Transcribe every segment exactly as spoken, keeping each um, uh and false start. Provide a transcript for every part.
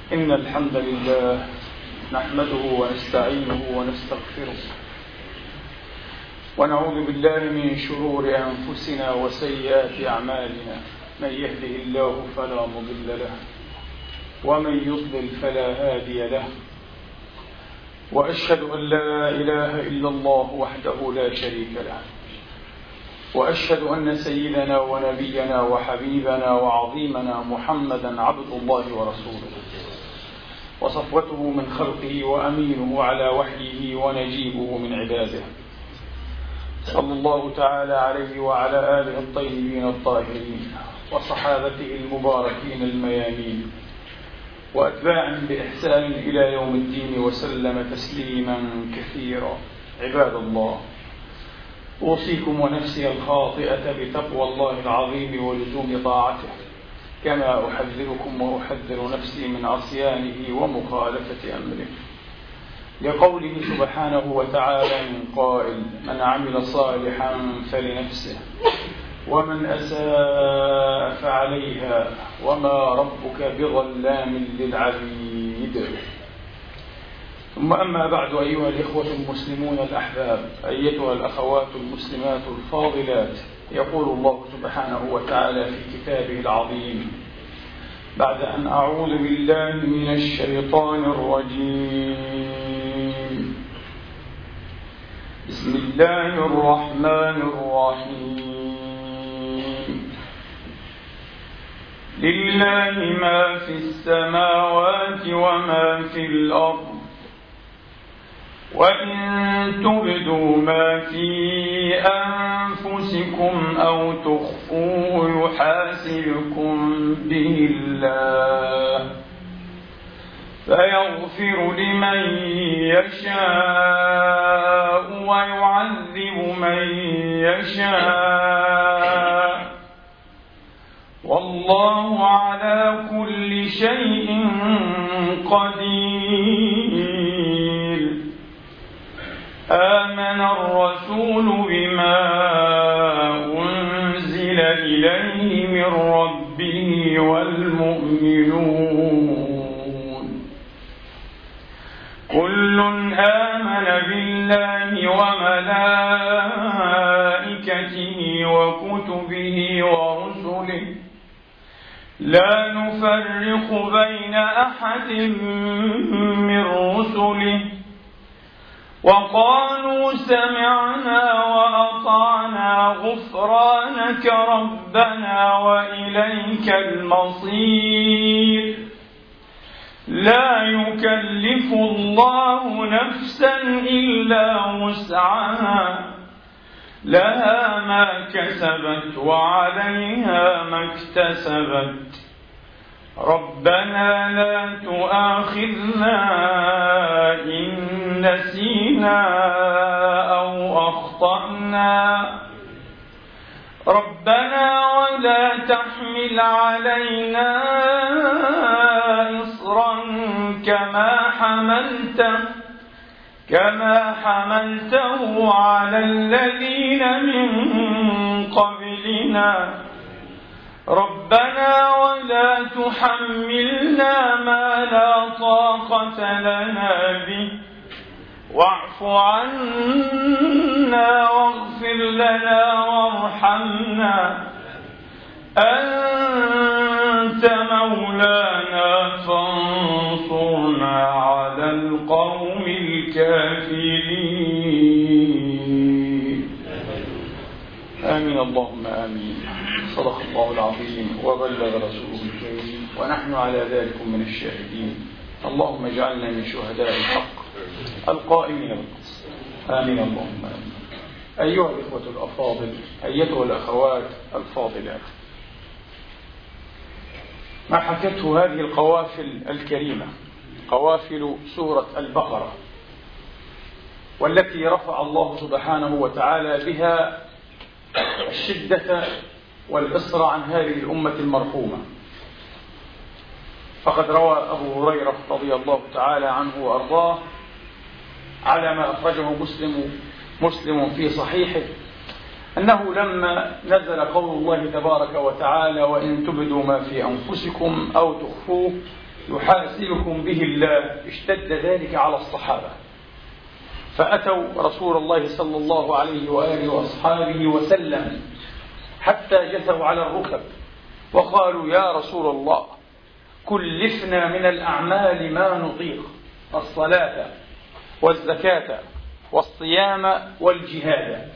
إن الحمد لله نحمده ونستعينه ونستغفره ونعوذ بالله من شرور أنفسنا وسيئات أعمالنا. من يهده الله فلا مضل له ومن يضلل فلا هادي له، وأشهد أن لا إله إلا الله وحده لا شريك له، وأشهد أن سيدنا ونبينا وحبيبنا وعظيمنا محمدا عبد الله ورسوله وصفوته من خلقه وأمينه على وحيه ونجيبه من عباده، صلى الله تعالى عليه وعلى آله الطيبين الطاهرين وصحابته المباركين الميامين وأتباعهم بإحسان إلى يوم الدين وسلم تسليما كثيرا. عباد الله، أوصيكم ونفسي الخاطئة بتقوى الله العظيم ولزوم طاعته، كما أحذركم وأحذر نفسي من عصيانه ومخالفة أمره، لقوله سبحانه وتعالى من قائل: من عمل صالحا فلنفسه ومن أساء فعليها وما ربك بظلام للعبيد. ثم أما بعد، أيها الإخوة المسلمون الأحباب، أيتها الأخوات المسلمات الفاضلات، يقول الله سبحانه وتعالى في كتابه العظيم بعد أن أعوذ بالله من الشيطان الرجيم: بسم الله الرحمن الرحيم. لله ما في السماوات وما في الأرض، وإن تبدوا ما في أنفسكم أو تخفوه يحاسبكم به الله، فيغفر لمن يشاء ويعذب من يشاء، والله على كل شيء قدير. آمن الرسول بما أنزل إليه من ربه والمؤمنون كل آمن بالله وملائكته وكتبه ورسله لا نفرق بين أحد من رسله، وقالوا سمعنا وأطعنا غفرانك ربنا وإليك المصير. لا يكلف الله نفسا إلا وسعها، لها ما كسبت وعليها ما اكتسبت. ربنا لا تؤاخذنا إن نسينا أو أخطأنا، ربنا ولا تحمل علينا إصرا كما حملته كما حملته على الذين من قبلنا، ربنا ولا تحملنا ما لا طاقة لنا به، واعف عنا واغفر لنا وارحمنا، أنت مولانا فانصرنا على القوم الكافرين. آمين اللهم آمين. صدق الله العظيم وبلغ رسوله الكريم، ونحن على ذلك من الشاهدين. اللهم اجعلنا من شهداء الحق القائمين بالقسط. آمين اللهم آمين. أيها الإخوة الأفاضل، أيتها الأخوات الفاضلات، ما حكته هذه القوافل الكريمة، قوافل سورة البقرة، والتي رفع الله سبحانه وتعالى بها الشدة والإصرار عن هذه الأمة المرحومة، فقد روى أبو هريرة رضي الله تعالى عنه وأرضاه على ما أخرجه مسلم مسلم في صحيحه أنه لما نزل قول الله تبارك وتعالى: وإن تبدوا ما في أنفسكم أو تخفوه يحاسبكم به الله. اشتد ذلك على الصحابة، فأتوا رسول الله صلى الله عليه وآله وأصحابه وسلم حتى جثوا على الركب وقالوا: يا رسول الله، كلفنا من الأعمال ما نطيق، الصلاة والزكاة والصيام والجهاد،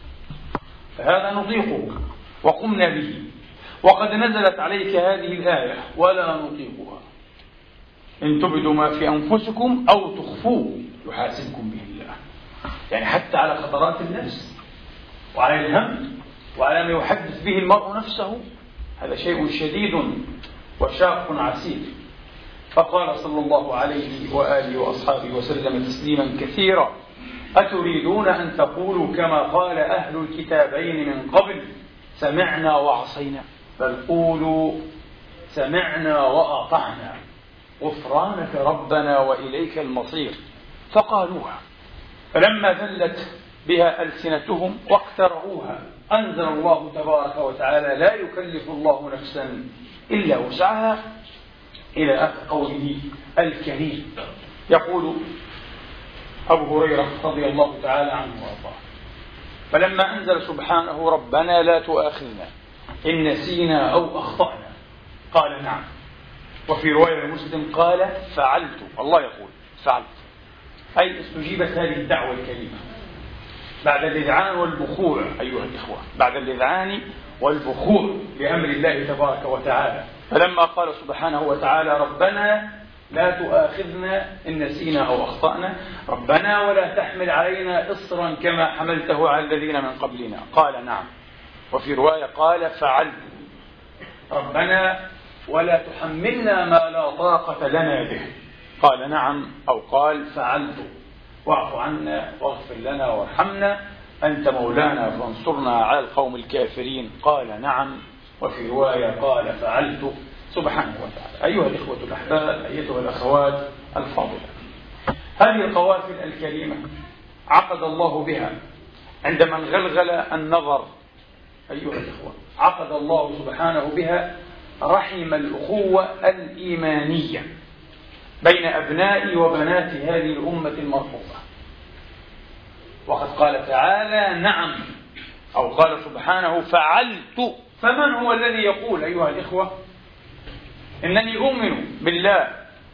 فهذا نطيقه وقمنا به، وقد نزلت عليك هذه الآية: ولا نطيقها، إن تبدوا ما في أنفسكم أو تخفوه يحاسبكم به الله. يعني حتى على خطرات النفس وعلى الهم وعلى ما يحدث به المرء نفسه، هذا شيء شديد وشاق عسير. فقال صلى الله عليه وآله وأصحابه وسلم تسليما كثيرا: أتريدون أن تقولوا كما قال أهل الكتابين من قبل: سمعنا وعصينا؟ بل قولوا: سمعنا وأطعنا، غفرانك ربنا وإليك المصير. فقالوها، فلما ذلت بها ألسنتهم واقترعوها أنزل الله تبارك وتعالى: لا يكلف الله نفسا إلا وسعها، إلى آخر قوله الكريم. يقول أبو هريرة رضي الله تعالى عنه وأرضاه: فلما أنزل سبحانه: ربنا لا تؤاخذنا إن نسينا أو أخطأنا، قال: نعم. وفي رواية مسلم قال: فعلت. الله يقول فعلت، أي استجيبت هذه الدعوة الكريمة بعد الإذعان والبخوع. أيها الإخوة، بعد الإذعان والبخوع لأمر الله تبارك وتعالى، فلما قال سبحانه وتعالى: ربنا لا تؤاخذنا إن نسينا أو أخطأنا، ربنا ولا تحمل علينا إصرا كما حملته على الذين من قبلنا، قال: نعم. وفي رواية قال: فعلت. ربنا ولا تحملنا ما لا طاقة لنا به، قال: نعم. أو قال: فعلت. واعف عنا واغفر لنا وارحمنا، أنت مولانا فانصرنا على القوم الكافرين، قال: نعم. وفي رواية قال: فعلت، سبحانه وتعالى. أيها الإخوة الأحباب، أيتها الأخوات الفاضلة، هذه القوافل الكريمة عقد الله بها عند من غلغل النظر. أيها الإخوة، عقد الله سبحانه بها رحم الأخوة الإيمانية بين أبناء وبنات هذه الأمة المرحومة. وقد قال تعالى: نعم، أو قال سبحانه: فعلت. فمن هو الذي يقول أيها الإخوة إنني أؤمن بالله،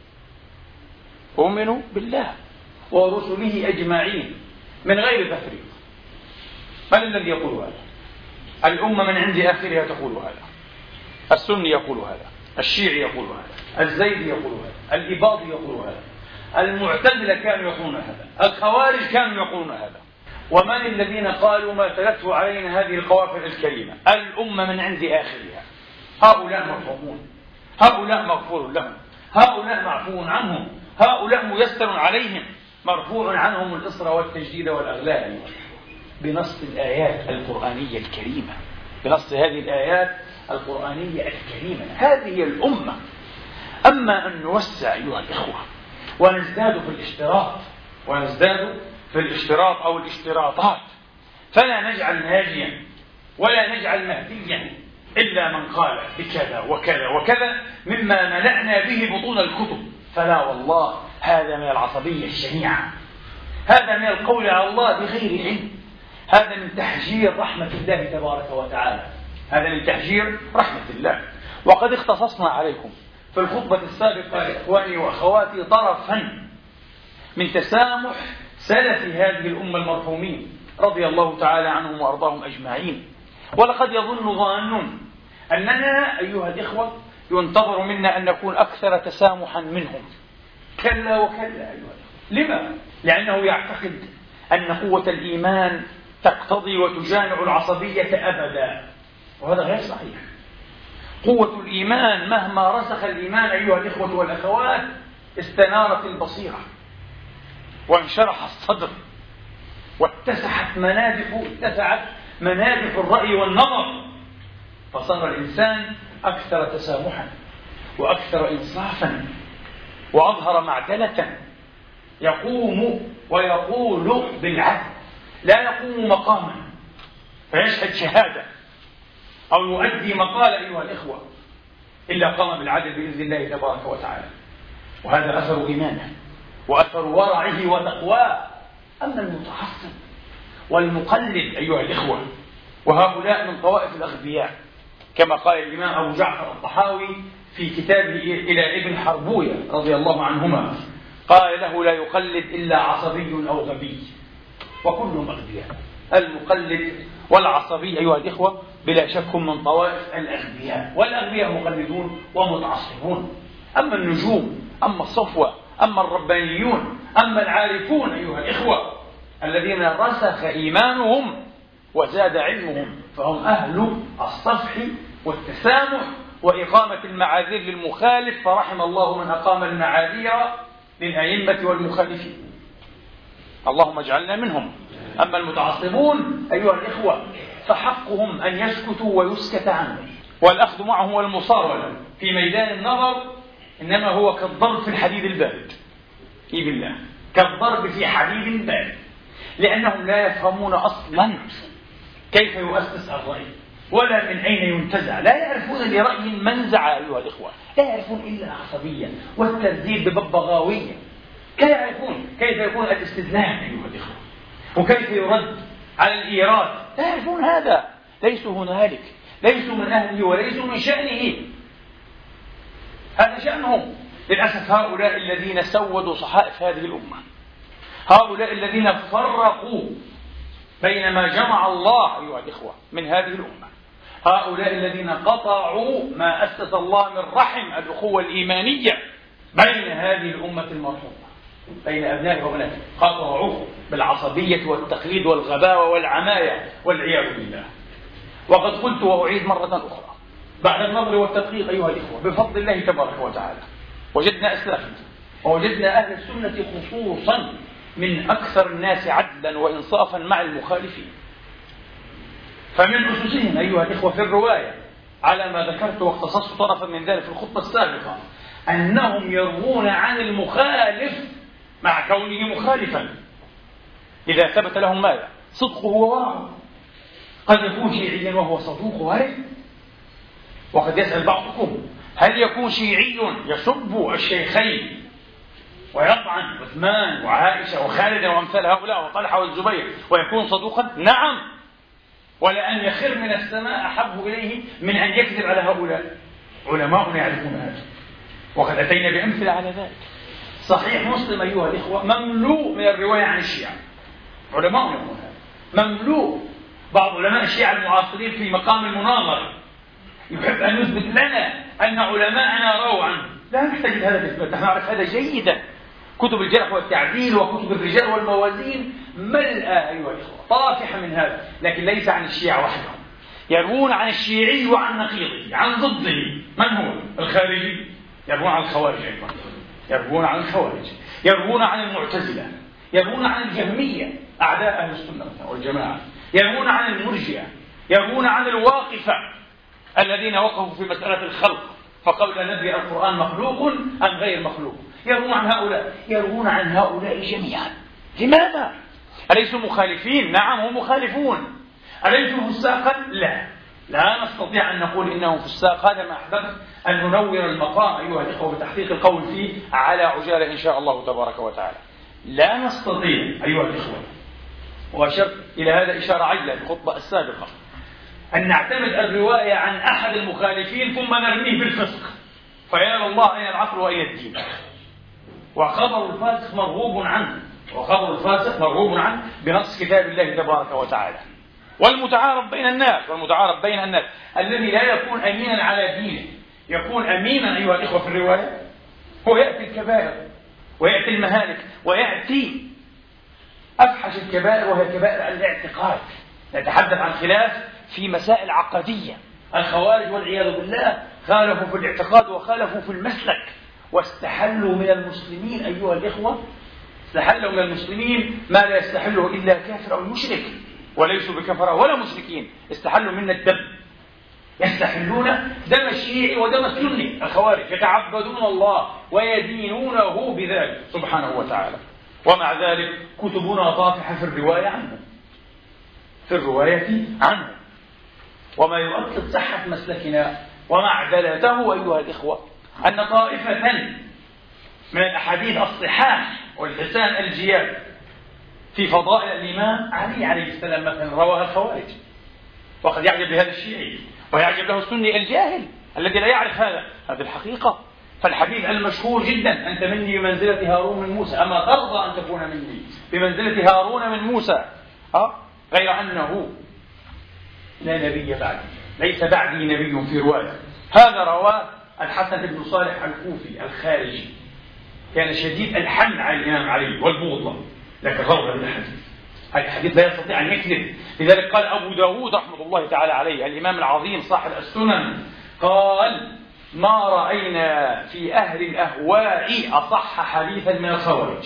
أؤمن بالله ورسله أجمعين من غير تفريط؟ من الذي يقول هذا؟ الأمة من عند آخرها تقول هذا، السني يقول هذا، الشيعي يقول هذا، الزيدي يقول هذا، الإباضي يقول هذا، المعتزلة كانوا يقولون هذا، الخوارج كانوا يقولون هذا. ومن الذين قالوا ما تلته علينا هذه القوافل الكريمة؟ الأمة من عند آخرها. هؤلاء مرحومون، هؤلاء مغفور لهم، هؤلاء معفو عنهم، هؤلاء ميسر عليهم، مرفوع عنهم الإصر والتجديد والأغلال بنص الآيات القرآنية الكريمة، بنص هذه الآيات القرآنية الكريمة. هذه الأمة. أما أن نوسع أيها الإخوة ونزداد في الاشتراط ونزداد في الاشتراط أو الاشتراطات، فلا نجعل ناجيا ولا نجعل مهديا إلا من قال بكذا وكذا وكذا مما ملأنا به بطون الكتب، فلا والله، هذا من العصبية الشنيعة، هذا من القول على الله بغير علم، هذا من تحجير رحمة الله تبارك وتعالى، هذا من تحجير رحمة الله. وقد اختصصنا عليكم في الخطبة السابقة إخواني وأخواتي طرفا من تسامح سلف هذه الأمة المرحومين رضي الله تعالى عنهم وأرضاهم أجمعين. ولقد يظن ظانون أننا أيها الإخوة ينتظر منا أن نكون أكثر تسامحا منهم. كلا وكلا أيها الإخوة. لما؟ لأنه يعتقد أن قوة الإيمان تقتضي وتجامع العصبية أبدا، وهذا غير صحيح. قوة الإيمان مهما رسخ الإيمان أيها الإخوة والأخوات استنارت البصيرة وانشرح الصدر واتسعت منافذ اتسعت منافذ الرأي والنظر، فصار الإنسان أكثر تسامحا وأكثر إنصافا وأظهر معدلة، يقوم ويقول بالعدل، لا يقوم مقاما فيشهد شهادة أو يؤدي مقال أيها الإخوة إلا قام بالعدل بإذن الله تبارك وتعالى. وهذا أثر إيمانه وأثر ورعه وتقواه. أما المتعصب والمقلد أيها الإخوة، وهؤلاء من طوائف الأغبياء، كما قال الإمام أبو جعفر الطحاوي في كتابه إلى ابن حربوية رضي الله عنهما، قال له: لا يقلد إلا عصبي أو غبي، وكلهم أغبياء. المقلد والعصبي أيها الإخوة بلا شك من طوائف الأغبياء، والأغبياء مقلدون ومتعصبون. أما النجوم، أما الصفوة، أما الربانيون، أما العارفون أيها الإخوة الذين رسخ إيمانهم وزاد علمهم، فهم أهل الصفح والتسامح وإقامة المعاذير للمخالف، فرحم الله من أقام المعاذير للأئمة والمخالفين، اللهم اجعلنا منهم. أما المتعصبون أيها الإخوة فحقهم أن يسكتوا ويسكت عنهم، والأخذ معهم والمصارعة في ميدان النظر إنما هو كالضرب في الحديد البارد، إي بالله، كالضرب في حديد بارد، لأنهم لا يفهمون أصلا كيف يؤسس الرأي ولا من أين ينتزع، لا يعرفون لرأي منزعة أيها الإخوة، لا يعرفون إلا العصبية والترديد بببغاوية، لا يعرفون كيف يكون الاستدلال أيها الإخوة وكيف يرد على الإيراد، لا يعرفون هذا، ليسوا هنالك، ليسوا من أهله وليسوا من شأنه، هذا شأنهم. للأسف هؤلاء الذين سودوا صحائف هذه الأمة، هؤلاء الذين فرقوا بين ما جمع الله أيها الإخوة من هذه الأمة، هؤلاء الذين قطعوا ما أسس الله من رحم الأخوة الإيمانية بين هذه الأمة المرحومة، بين أبنائه وبناته، قطعوه بالعصبية والتقليد والغباوة والعماية والعياذ بالله. وقد قلت وأعيد مرة أخرى بعد النظر والتدقيق أيها الإخوة، بفضل الله تبارك وتعالى وجدنا أسلافنا ووجدنا أهل السنة خصوصا من أكثر الناس عدلا وإنصافا مع المخالفين. فمن أسسهم أيها الإخوة في الرواية على ما ذكرت واختصصت طرفا من ذلك في الخطبة السابقة أنهم يروون عن المخالف مع كونه مخالفا إذا ثبت لهم ماذا؟ صدقه وورعه. قد يكون شيعيا وهو صدوق وارد، وقد يسأل بعضكم هل يكون شيعي يسب الشيخين ويطعن عثمان وعائشة وخالد وأمثال هؤلاء وطلحة والزبير ويكون صدوقا؟ نعم، ولأن يخر من السماء أحب إليه من أن يكذب على هؤلاء. علماؤنا يعرفون هذا وقد أتينا بأمثلة على ذلك. صحيح مسلم أيها الإخوة مملوء من الرواية عن الشيعة، علماؤنا يقولون هذا، مملوء. بعض علماء الشيعة المعاصرين في مقام المناظرة يحب أن يثبت لنا أن علماءنا رووا عنه، لا نحتاج هذا الإثبات، نحن نعرف هذا جيدا. كتب الجرح والتعديل وكتب الرجال والموازين ملأى أيها الإخوة طافحة من هذا، لكن ليس عن الشيعة وحدهم، يروون عن الشيعي وعن نقيضه، عن ضده. من هو؟ الخارجي، يروون عن الخوارج أيضا، يروون عن الخوارج، يروون عن المعتزلة، يروون عن الجهمية أعداء أهل السنة والجماعة، يروون عن المرجئة، يروون عن الواقفة الذين وقفوا في مسألة الخلق فقالوا لا ندري القرآن مخلوق أم غير مخلوق، يروون عن هؤلاء، يروون عن هؤلاء جميعا. لماذا؟ أليسوا مخالفين؟ نعم هم مخالفون. أليسوا فساقا؟ لا، لا نستطيع أن نقول إنهم فساق. هذا ما أحببت أن ننور المقام أيها الإخوة بتحقيق القول فيه على عجالة إن شاء الله تبارك وتعالى. لا نستطيع أيها الإخوة، وأشرت إلى هذا إشارة عجلة في الخطبة السابقة، أن نعتمد الرواية عن أحد المخالفين ثم نرميه بالفسق، فيا الله أين العقل وأين الدين؟ وخبر الفاسق مرغوب عنه، وخبر الفاسق مرغوب عنه بنص كتاب الله تبارك وتعالى. والمتعارف بين الناس، والمتعارف بين الناس الذي لا يكون أمينا على دينه يكون أمينا أيها الإخوة في الرواية، هو يأتي الكبائر ويأتي المهالك ويأتي أفحش الكبائر وهي كبائر الاعتقاد. نتحدث عن خلاف في مسائل عقدية. الخوارج والعياذ بالله خالفوا في الاعتقاد وخالفوا في المسلك، واستحلوا من المسلمين أيها الإخوة، استحلوا من المسلمين ما لا يستحله إلا كافر أو مشرك، وليسوا بكفرة ولا مشركين، استحلوا منا الدم، يستحلون دم الشيعي ودم السني. الخوارج يتعبدون الله ويدينونه بذلك سبحانه وتعالى، ومع ذلك كتبنا طافحة في الرواية عنه، في الرواية عنه. وما يؤكد صحة مسلكنا ومعدلته أيها الإخوة أن طائفة من الأحاديث الصحاح والحسان الجياد في فضائل الإمام علي عليه السلام مثلا رواها الخوارج، وقد يعجب لهذا الشيعي ويعجب له السني الجاهل الذي لا يعرف هذا هذه الحقيقة. فالحديث المشهور جدا: أنت مني بمنزلة هارون من موسى، أما ترضى أن تكون مني بمنزلة هارون من موسى؟ أه؟ غير أنه لا نبي بعدي، ليس بعدي نبي في رواية. هذا رواه الحسن بن صالح الكوفي الخارجي، كان شديد الحمل على الإمام علي والبغض له، لكن روى هذا الحديث. هذا الحديث لا يستطيع أن يكذب. لذلك قال أبو داود رحمة الله تعالى عليه، الإمام العظيم صاحب السنن، قال: ما رأينا في أهل الأهواء أصح حديثا من الخوارج،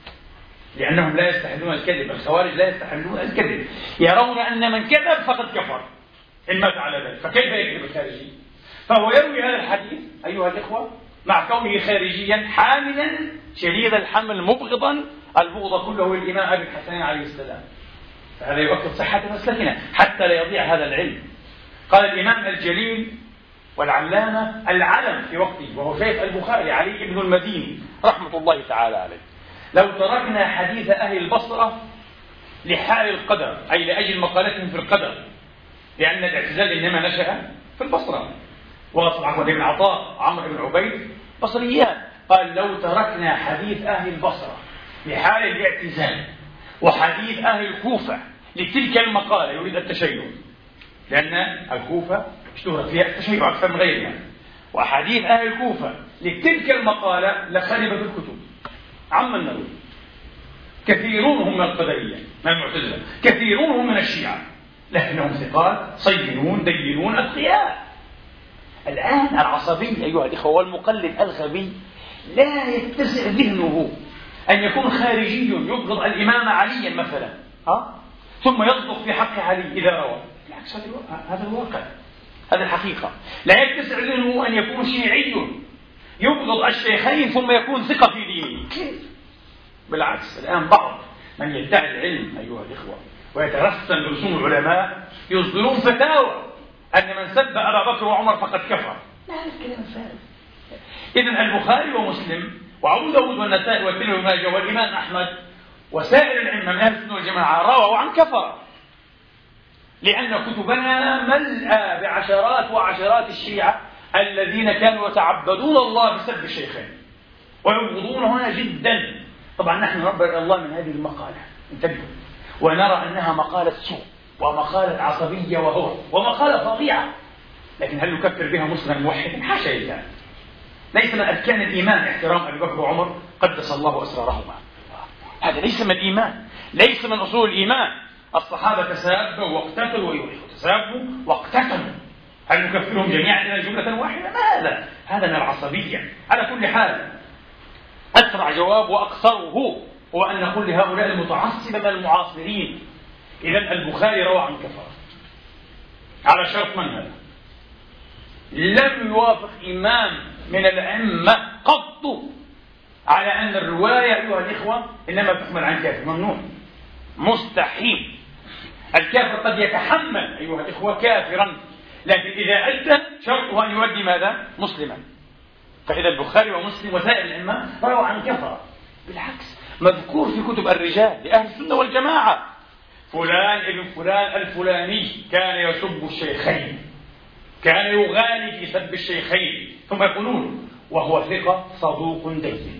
لأنهم لا يستحلون الكذب. الخوارج لا يستحلون الكذب، يرون أن من كذب فقد كفر إن مات على ذلك، فكيف يكذب الخارجي؟ فهو يروي هذا الحديث أيها الإخوة مع كونه خارجيا حاملا شديد الحمل مبغضا البغض كله للإمام أبي الحسن عليه السلام. فهذا يؤكد صحة مسلكنا حتى لا يضيع هذا العلم. قال الإمام الجليل والعلامة العلم في وقته وهو شيخ البخاري علي بن المديني رحمة الله تعالى عليه: لو تركنا حديث أهل البصرة لحال القدر، أي لأجل مقالتهم في القدر، لأن الاعتزال إنما نشأ في البصرة، وصل بن عطاء عمرو بن عبيد بصريان، قال: لو تركنا حديث أهل البصرة لحال الاعتزال وحديث أهل الكوفة لتلك المقالة، يريد التشيع، لأن الكوفة اشتهرت فيها التشيع أكثر من غيرها، وحديث أهل الكوفة لتلك المقالة لخربت الكتب عما النووي. كثيرون هم من القدرية من المعتزلة، كثيرون هم من الشيعة، لكنهم ثقات صينون دينون أتقياء. الآن العصبي أيها الإخوة والمقلد الغبي لا يتسع ذهنه أن يكون خارجي يبغض الإمام عليا مثلا، ها؟ ثم يصدق في حق علي إذا روى. بالعكس، هذا الواقع، هذا الحقيقة. لا يتسع ذهنه أن يكون شيعي يبغض الشيخين ثم يكون ثقة في دينه. كيف؟ بالعكس، الآن بعض من يدعي العلم أيها الإخوة ويترسم برسوم العلماء يصدرون فتاوى أن من سب أبا بكر وعمر فقد كفر. لا، هذا الكلام فارغ. إذن البخاري ومسلم وأبو داود والنسائي والترمذي وابن ماجه والإمام أحمد وسائر الأئمة من أهل السنة والجماعة رووا عن كفر، لأن كتبنا ملأى بعشرات وعشرات الشيعة الذين كانوا يتعبدون الله بسب الشيخين ويبغضونهما جدا. طبعا نحن نبرئ الله من هذه المقالة، انتبهوا، ونرى أنها مقالة سوء ومقالة عصبية وهوى ومقالة فظيعة، لكن هل نكفر بها مسلما موحدا؟ حاشا لله. ليس من أركان الإيمان احترام أبي بكر وعمر قدس الله أسرارهما، هذا ليس من الإيمان، ليس من أصول الإيمان. الصحابة تسابوا واقتتلوا وتسابوا واقتتلوا، هل نكفرهم جميعا إلى جملة واحدة؟ ما هذا، هذا من العصبية. على كل حال، أسرع جواب وأقصره هو أن نقول لهؤلاء المتعصبة من المعاصرين: إذن البخاري روى عن كفر على شرط من هذا؟ لم يوافق إمام من الأئمة قط على أن الرواية أيها الإخوة إنما تحمل عن كافر، ممنوع، مستحيل. الكافر قد يتحمل أيها الإخوة كافرا، لكن إذا أدى شرطه أن يودي ماذا؟ مسلما. فإذا البخاري ومسلم وسائر الأئمة رووا عن كفر. بالعكس، مذكور في كتب الرجال لأهل السنة والجماعة: فلان ابن فلان الفلاني كان يسب الشيخين، كان يغالي في سب الشيخين، ثم يقولون وهو ثقة صدوق دين.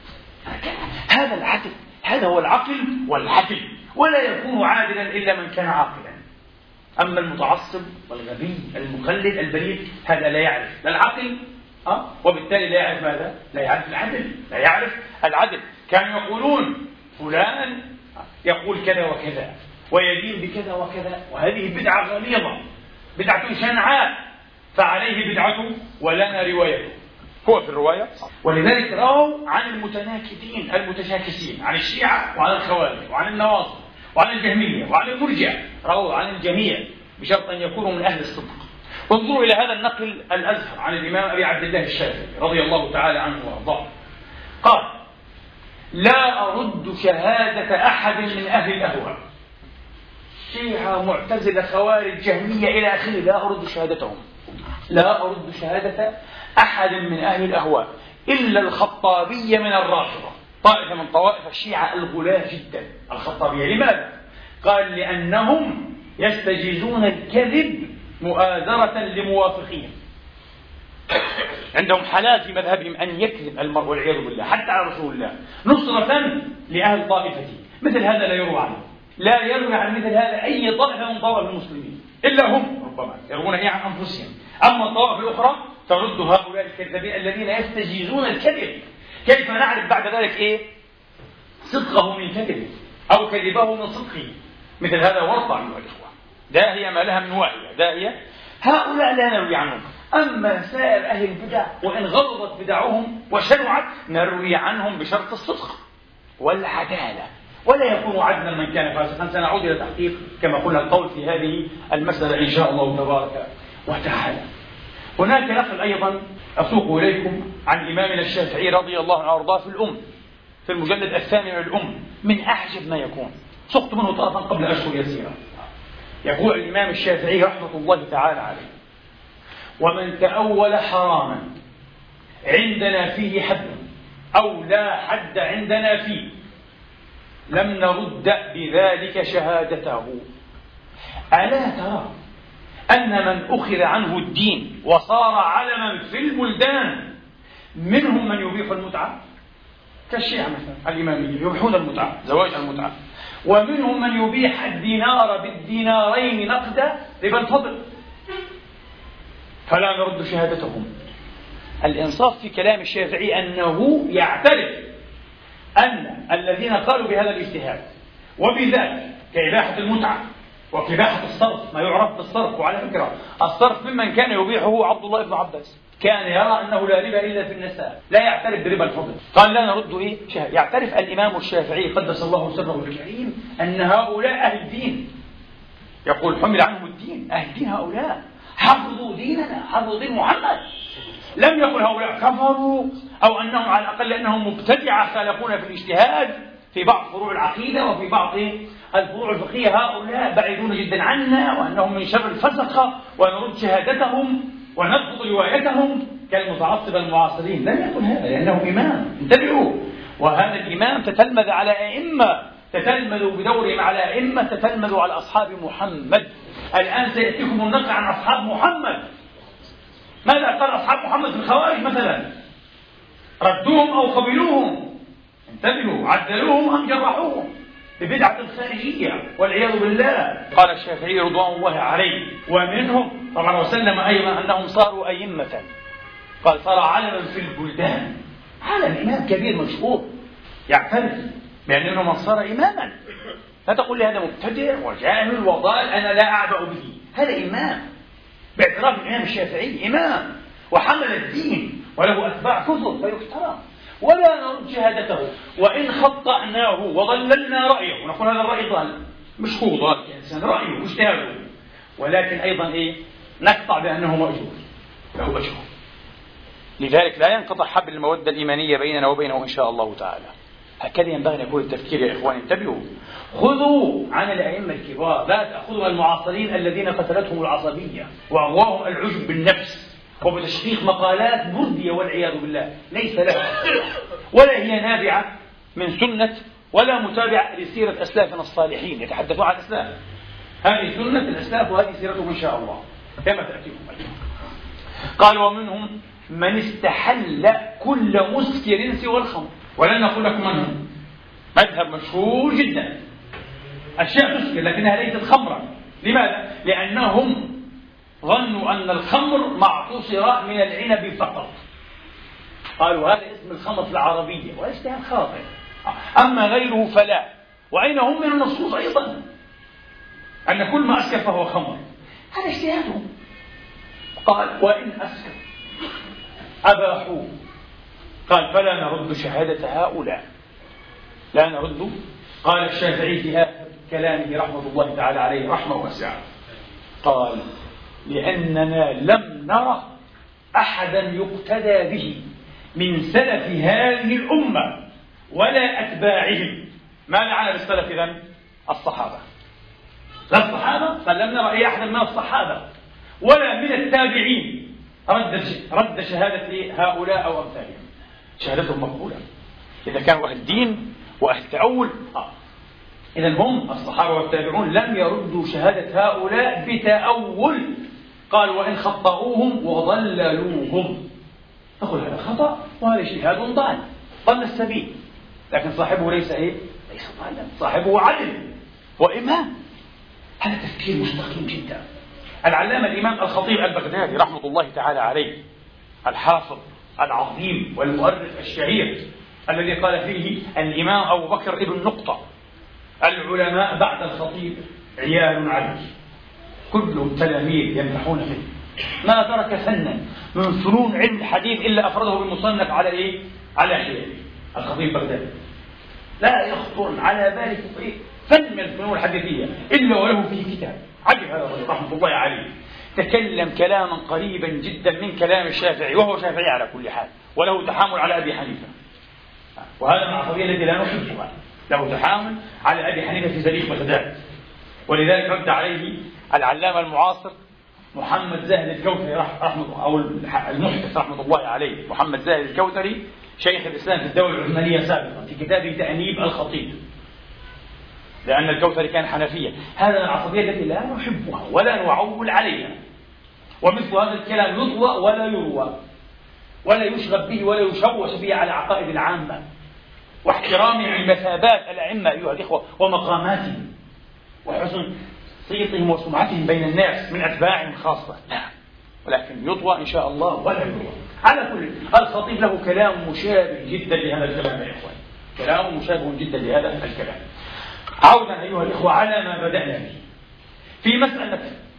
هذا العدل، هذا هو العقل والعدل، ولا يكون عادلا إلا من كان عاقلا. أما المتعصب والغبي المقلد البليد هذا لا يعرف لا العقل أه؟ وبالتالي لا يعرف ماذا؟ لا يعرف العدل، لا يعرف العدل. كانوا يقولون فلان يقول كذا وكذا ويدين بكذا وكذا، وهذه بدعة غليظة، بدعة شنعاء، فعليه بدعته ولنا روايته. هو في الرواية. ولذلك رووا عن المتناكدين المتشاكسين، عن الشيعة وعن الخوارج وعن النواصب وعن الجهمية وعن المرجع، رووا عن الجميع بشرط أن يكونوا من أهل الصدق. انظروا إلى هذا النقل الأزهر عن الإمام أبي عبد الله الشافعي رضي الله تعالى عنه وأرضاه، قال: لا أرد شهادة أحد من أهل الأهواء، شيعة معتزلة خوارج جهمية إلى آخره، لا أرد شهادتهم، لا أرد شهادة أحد من أهل الأهواء إلا الخطابية من الرافضة، طائفة من طوائف الشيعة الغلاة جدا الخطابية. لماذا؟ قال لأنهم يستجيزون الكذب مؤازرة لموافقين. عندهم حلال في مذهبهم أن يكذب المرء والعياذ بالله حتى على رسول الله نصرة لأهل طائفته. مثل هذا لا يروى عنه، لا يروي عن مثل هذا أي طائفة من طوائف المسلمين إلا هم ربما يروون إيه عن أنفسهم. أما الطوائف الأخرى ترد هؤلاء الكذابين الذين يستجيزون الكذب. كيف نعرف بعد ذلك إيه صدقه من كذبه أو كذبه من صدقه؟ مثل هذا ورطة أيها الإخوة، داهية ما لها من واهية، داهية. هؤلاء لا نروي عنهم. أما سائر أهل البدع وإن غلظت بدعهم وشنعت نروي عنهم بشرط الصدق والعدالة، ولا يكون عدلا من كان فاسقا. سنعود إلى تحقيق كما قلنا القول في هذه المسألة إن شاء الله تبارك وتعالى. هناك نقل أيضا أسوق إليكم عن إمامنا الشافعي رضي الله عنه وأرضاه في الأم، في المجلد الثاني من الأم، من أعجب ما يكون. سقط منه طرفا قبل أشهر يسيرة. يقول الإمام الشافعي رحمة الله تعالى عليه: ومن تأول حراما عندنا فيه حد أو لا حد عندنا فيه لم نرد بذلك شهادته. ألا ترى أن من أخذ عنه الدين وصار علما في البلدان منهم من يبيح المتعة كالشيعة مثلا الإمامية يبيحون المتعة زواج المتعة، ومنهم من يبيح الدينار بالدينارين نقدا ربا الفضل، فلا نرد شهادتهم. الإنصاف في كلام الشافعي أنه يعترف أن الذين قالوا بهذا الاجتهاد وبذلك كإباحة المتعة وكإباحة الصرف، ما يعرف بالصرف، وعلى فكرة الصرف ممن كان يبيحه عبد الله بن عباس، كان يرى أنه لا ربا إلا في النساء، لا يعترف بربا الفضل. قال لا نرد إيه شهادة. يعترف الإمام الشافعي قدس الله سره الكريم أن هؤلاء أهل الدين، يقول حمل عنهم الدين، أهل الدين هؤلاء حفظوا ديننا، حفظوا دين محمد. لم يقل هؤلاء كفروا أو أنهم على الأقل أنهم مبتدعة خالفون في الاجتهاد في بعض فروع العقيدة وفي بعض الفروع الفقهية، هؤلاء بعيدون جدا عنا وأنهم من شر الفسقة ونرد شهادتهم ونرفض روايتهم كالمتعصب المعاصرين. لم يقل هذا لأنه إمام، انتبهوا. وهذا الإمام تتلمذ على أئمة، تتلمذ بدورهم على أئمة، تتلمذ على أصحاب محمد. الآن سيأتيكم النقل عن أصحاب محمد. ماذا قال أصحاب محمد في الخوارج مثلا؟ ردوهم أو قبلوهم، انتبهوا، عدلوهم أم جرحوهم ببدعة خارجية والعياذ بالله. قال الشافعي رضوان الله عليه ومنهم طبعا وسلم أيضا أنهم صاروا أئمة، قال صار علما في البلدان، علم إمام كبير مشهور يعترف بأنه من صار إماما. لا تقول لي هذا مبتدع وجاهل وضال أنا لا أعبأ به، هذا إمام باعتراف الإمام الشافعي، إمام وحمل الدين وله أتباع كثر فيحترم ولا نرد شهادته. وإن خطأناه وضللنا رأيه ونقول هذا الرأي ضال، مش هو ضال كإنسان، رأيه واجتهاده، ولكن أيضا إيه نقطع بأنه مأجور له أجر. لذلك لا ينقطع حبل المودة الإيمانية بيننا وبينه إن شاء الله تعالى. هكذا ينبغي أن يكون التفكير يا إخواني. انتبهوا، خذوا عن الأئمة الكبار، لا تأخذوا المعاصرين الذين قتلتهم العصبية وأغواهم العجب بالنفس وبتشقيق مقالات مردية والعياذ بالله ليس لها ولا هي نابعة من سنة ولا متابعة لسيرة أسلافنا الصالحين يتحدثون عن الإسلام. هذه سنة الأسلاف وهذه سيرتهم إن شاء الله كما تأتيكم. قال ومنهم من استحل كل مسكر سوى الخمر، ولن نقول لكم من هم، مذهب مشهور جدا، أشياء تسكر لكنها ليست خمرا. لماذا؟ لأنهم ظنوا أن الخمر معتصر من العنب فقط، قالوا هذا اسم الخمر في العربية واجتهاد خاطئ، أما غيره فلا. وأين هم من النصوص أيضا أن كل ما أسكر فهو خمر؟ هذا اجتهادهم. قال وإن أسكر أباحوه، قال فلا نرد شهادة هؤلاء، لا نرد. قال الشافعي في آخر كلامه رحمة الله تعالى عليه رحمة واسعة، قال لأننا لم نرى أحدا يقتدى به من سلف هذه الأمة ولا أتباعهم. ما معنى بالسلف إذن؟ الصحابة، لا الصحابة، فلم نرى أي أحد من الصحابة ولا من التابعين رد رد شهادة هؤلاء أو أمثالهم. شهادتهم مقبولة إذا كانوا أهل دين وأهل تأول. آه. إذا هم الصحابة والتابعون لم يردوا شهادة هؤلاء بتأول، قالوا وإن خطأوهم وضللوهم، نقول هذا خطأ وهذا اجتهاد ضال، ضل السبيل، لكن صاحبه ليس إيه؟ ليس ضالا، صاحبه عدل وإمام. هذا تفكير مستقيم جدا. العلامة الإمام الخطيب البغدادي رحمة الله تعالى عليه، الحافظ العظيم والمؤرخ الشهير الذي قال فيه الإمام أبو بكر ابن نقطة: العلماء بعد الخطيب عيال علي، كل التلاميذ يمدحون فيه، ما ترك فنا من فنون علم الحديث إلا أفرده بالمصنف على إيه؟ على حيله. الخطيب البغدادي لا يخطر على بالك إيه؟ فن من الفنون الحديثية إلا وله فيه كتاب. عجب هذا الرجل رحمة الله عليه، تكلم كلاما قريبا جدا من كلام الشافعي، وهو شافعي على كل حال، وله تحامل على أبي حنيفة، وهذا من العصبية التي لا نحبها، له تحامل على أبي حنيفة في زريق بغداد. ولذلك رد عليه العلامة المعاصر محمد زاهد الكوثري رحمه أو المحدث رحمة الله عليه، محمد زاهد الكوثري شيخ الإسلام في الدولة العثمانية سابقا، في كتابه تأنيب الخطيب، لأن الكوثري كان حنفيا. هذا من العصبية التي لا نحبها ولا نعول عليها، ومثل هذا الكلام يطوى ولا يروى ولا يشغب به ولا يشوش به على عقائد العامة واحترامهم لمثابات الأئمة أيها الإخوة ومقاماتهم وحسن صيتهم وسمعتهم بين الناس من أتباعهم خاصة، لا، ولكن يطوى إن شاء الله ولا يروى. على كل، الخطيب له كلام مشابه جدا لهذا الكلام يا إخوان، كلام مشابه جدا لهذا الكلام. عودا أيها الإخوة على ما بدأنا به في مسألة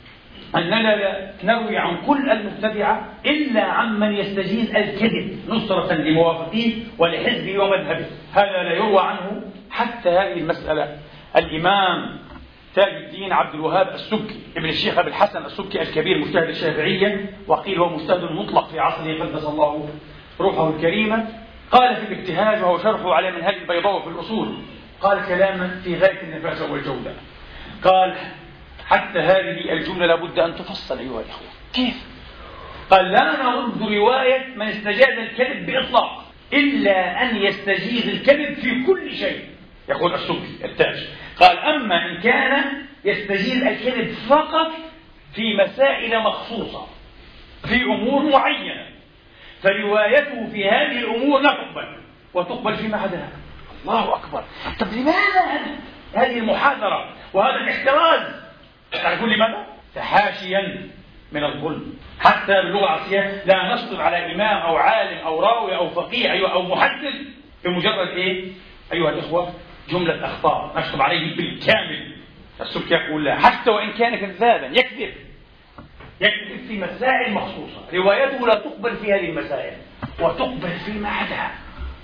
أننا لا نروي عن كل المبتدعة إلا عمن يستجيز الكذب نصرة لموافقيه ولحزبه ومذهبه، هذا لا يروى عنه. حتى هذه المسألة الإمام تاج الدين عبد الوهاب السبكي ابن الشيخ أبي الحسن السبكي الكبير مجتهد الشافعية، وقيل هو مجتهد مطلق في عصره قدس الله روحه الكريمة، قال في الابتهاج وهو شرحه على منهج البيضاوي في الأصول، قال كلاما في غاية النفاسة والجودة. قال: حتى هذه الجملة لابد أن تفصل أيها الأخوة. كيف؟ قال: لا نرد رواية من استجاز الكذب بإطلاق إلا أن يستجيز الكذب في كل شيء. يقول السبكي التاج، قال: أما إن كان يستجيز الكذب فقط في مسائل مخصوصة في أمور معينة فروايته في هذه الأمور لا تقبل، وتقبل فيما عداها. الله أكبر. طب لماذا هذه المحاذرة وهذا الاحتراز؟ تعرفون لماذا؟ تحاشيا من الظلم. حتى باللغة العربية لا نشطب على إمام أو عالم أو راوي أو فقيه أيوة أو محدث بمجرد إيه أيها الإخوة جملة أخطاء، نشطب عليه بالكامل. السبكي يقول لا، حتى وإن كان كذابا يكذب يكذب في مسائل مخصوصة روايته لا تقبل في هذه المسائل وتقبل فيما عداها.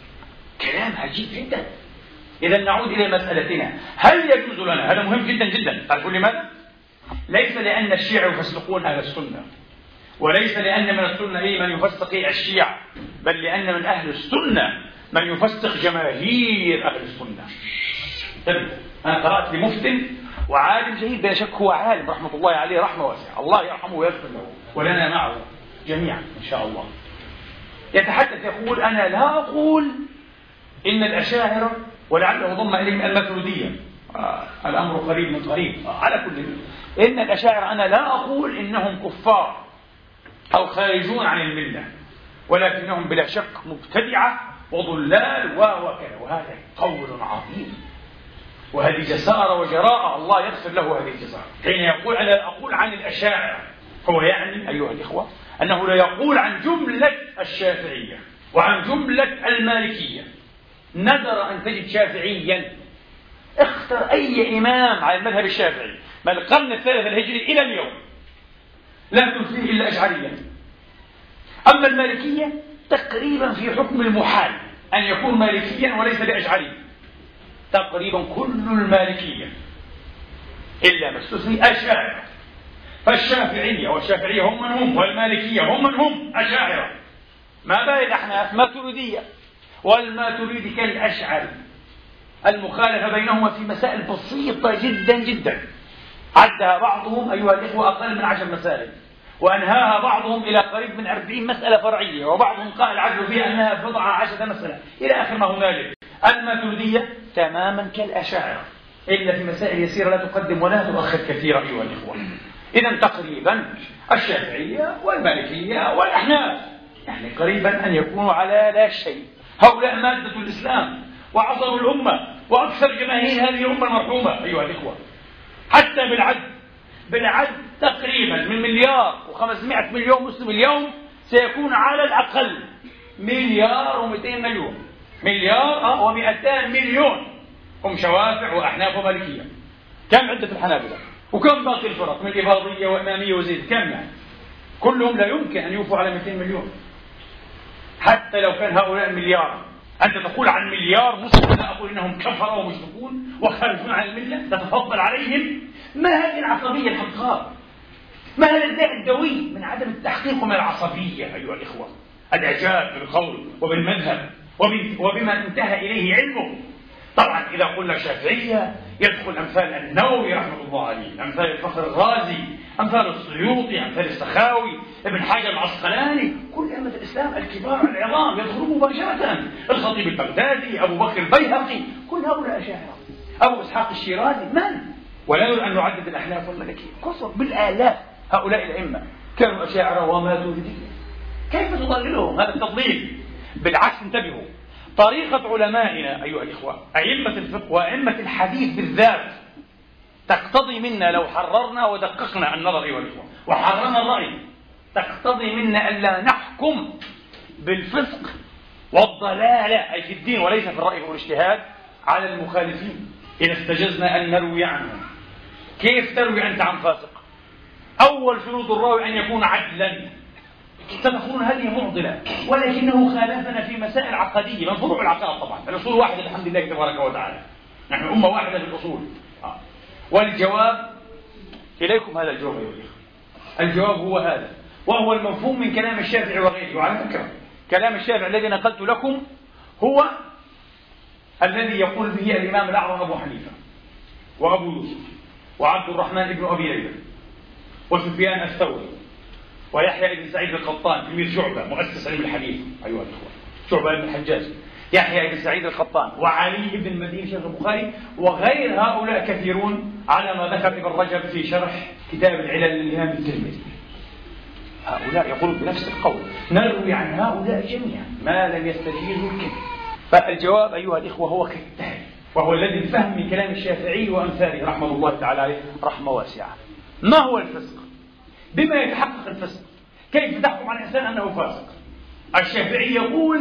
كلام عجيب جدا. إذا نعود إلى مسألتنا، هل يجوز لنا؟ هذا مهم جدا جدا. تعرفون لماذا؟ ليس لأن الشيعة يفسقون أهل السنة، وليس لأن من السنة إيه من يفسق الشيعة، بل لأن من أهل السنة من يفسق جماهير أهل السنة. طيب، أنا قرأت لمفتن وعالم جيد بلا شك، هو عالم رحمة الله عليه رحمة واسعة، الله يرحمه ويغفر له ولنا معه جميعا إن شاء الله. يتحدث يقول: أنا لا أقول إن الأشاعرة، ولعله ضم إليهم الماتريدية، آه الأمر قريب من قريب، آه على كل إن الأشاعرة أنا لا أقول إنهم كفار أو خارجون عن الملة، ولكنهم بلا شك مبتدعة وضلال وكذا. وهذا قول عظيم، وهذه جسارة وجراءة، الله يغفر له هذه الجسارة. حين يقول أنا أقول عن الأشاعرة، هو يعني أيها الإخوة أنه لا يقول عن جملة الشافعية وعن جملة المالكية. نذر أن تجد شافعيا اختر أي إمام على المذهب الشافعي من القرن الثالث الهجري إلى اليوم لا تنفيه إلا أشعريا. أما المالكية تقريبا في حكم المحال أن يكون مالكيا وليس بأشعري، تقريبا كل المالكية إلا ما استثني أشاعرة. فالشافعية والشافعية هم من هم، والمالكية هم من هم أشاعرة. ما بال الأحناف ماتريدية، والماتريدي كالأشعري. المخالفة بينهما في مسائل بسيطة جدا جدا عدها بعضهم أيها الإخوة أقل من عشر مسائل، وأنهاها بعضهم إلى قريب من أربعين مسألة فرعية، وبعضهم قال العدل فيها أنها بضع عشرة مسألة إلى آخر ما هنالك. الماتريدية تماما كالأشاعرة، إلا في مسائل يسيرة لا تقدم ولا تؤخر كثيرا أيها الإخوة. إذا تقريبا الشافعية والمالكية والأحناف يعني قريبا أن يكونوا على لا شيء. هؤلاء مادة الإسلام وعصروا الأمة وأكثر جماهير هذه الأمة المرحومة أيها الإخوة. حتى بالعد بالعد تقريبا من مليار وخمسمائة مليون مسلم اليوم سيكون على الأقل مليار ومئتين مليون، مليار ومئتان مليون هم شوافع وأحناف ومالكية. كم عدة الحنابلة؟ وكم باقي الفرق من إباضية وإمامية وزيد؟ كم يعني؟ كلهم لا يمكن أن يوفوا على مئتين مليون حتى لو كان هؤلاء مليار. أنت تقول عن مليار مسلم لا أقول إنهم كفروا ومشركون وخارجون عن الملة تتفضل عليهم؟ ما هذه العصبية الحقار؟ ما هذا الداء الدوي من عدم التحقيق من العصبية أيها الإخوة؟ الإعجاب بالقول وبالمذهب وبما انتهى إليه علمه. طبعا إذا قلنا شافعية يدخل أمثال النووي رحمه الله عليه، أمثال الفخر الرازي، أمثال السيوطي، أمثال السخاوي، ابن حجر العسقلاني، كل أئمة الإسلام الكبار العظام يدخلون مباشرة. الخطيب البغدادي، أبو بكر البيهقي، كل هؤلاء أشاعرة. أبو إسحاق الشيرازي، من؟ ولا يريد أن نعدد الأحناف والملكية، كثر بالآلاف. هؤلاء الأئمة كانوا أشاعرة وماتريدية. كيف تضللهم هذا التضليل؟ بالعكس انتبهوا، طريقة علمائنا أيها الإخوة أئمة الفقه وأئمة الحديث بالذات تقتضي منا لو حررنا ودققنا النظر أيها الإخوة وحررنا الرأي، تقتضي منا ألا نحكم بالفسق والضلالة أي في الدين وليس في الرأي والاجتهاد على المخالفين إذا استجزنا أن نروي عنهم. كيف تروي أنت عن فاسق؟ أول شروط الراوي أن يكون عدلا. تقولون هذه معضلة ولكنه خالفنا في مسائل عقدية من فروع العقائد. طبعا الأصول واحدة الحمد لله تبارك وتعالى، نحن أمة واحدة في الأصول. آه. والجواب إليكم هذا الجواب يا أخي. الجواب هو هذا، وهو المفهوم من كلام الشافعي وغيره. وعلى فكرة كلام الشافعي الذي نقلت لكم هو الذي يقول به الإمام الأعظم أبو حنيفة وأبو يوسف وعبد الرحمن بن أبي ليلى وسفيان الثوري ويحيى بن سعيد القطان تلميذ شعبة مؤسس علم الحديث أيها الأخوة، شعبة بن الحجاج، يحيى بن سعيد القطان وعلي بن المديني شيخ البخاري وغير هؤلاء كثيرون على ما ذكر ابن رجب في شرح كتاب العلل للإمام الترمذي. هؤلاء يقولون بنفس القول، نروي عن هؤلاء جميعا ما لم يستجيزوا الكذب. فالجواب أيها الإخوة هو كالتالي، وهو الذي الفهم من كلام الشافعي وأمثاله رحمه الله تعالى عليه رحمة واسعة. ما هو الفسق؟ بما يتحقق الفسق؟ كيف تحكم على الإنسان أنه فاسق؟ الشافعي يقول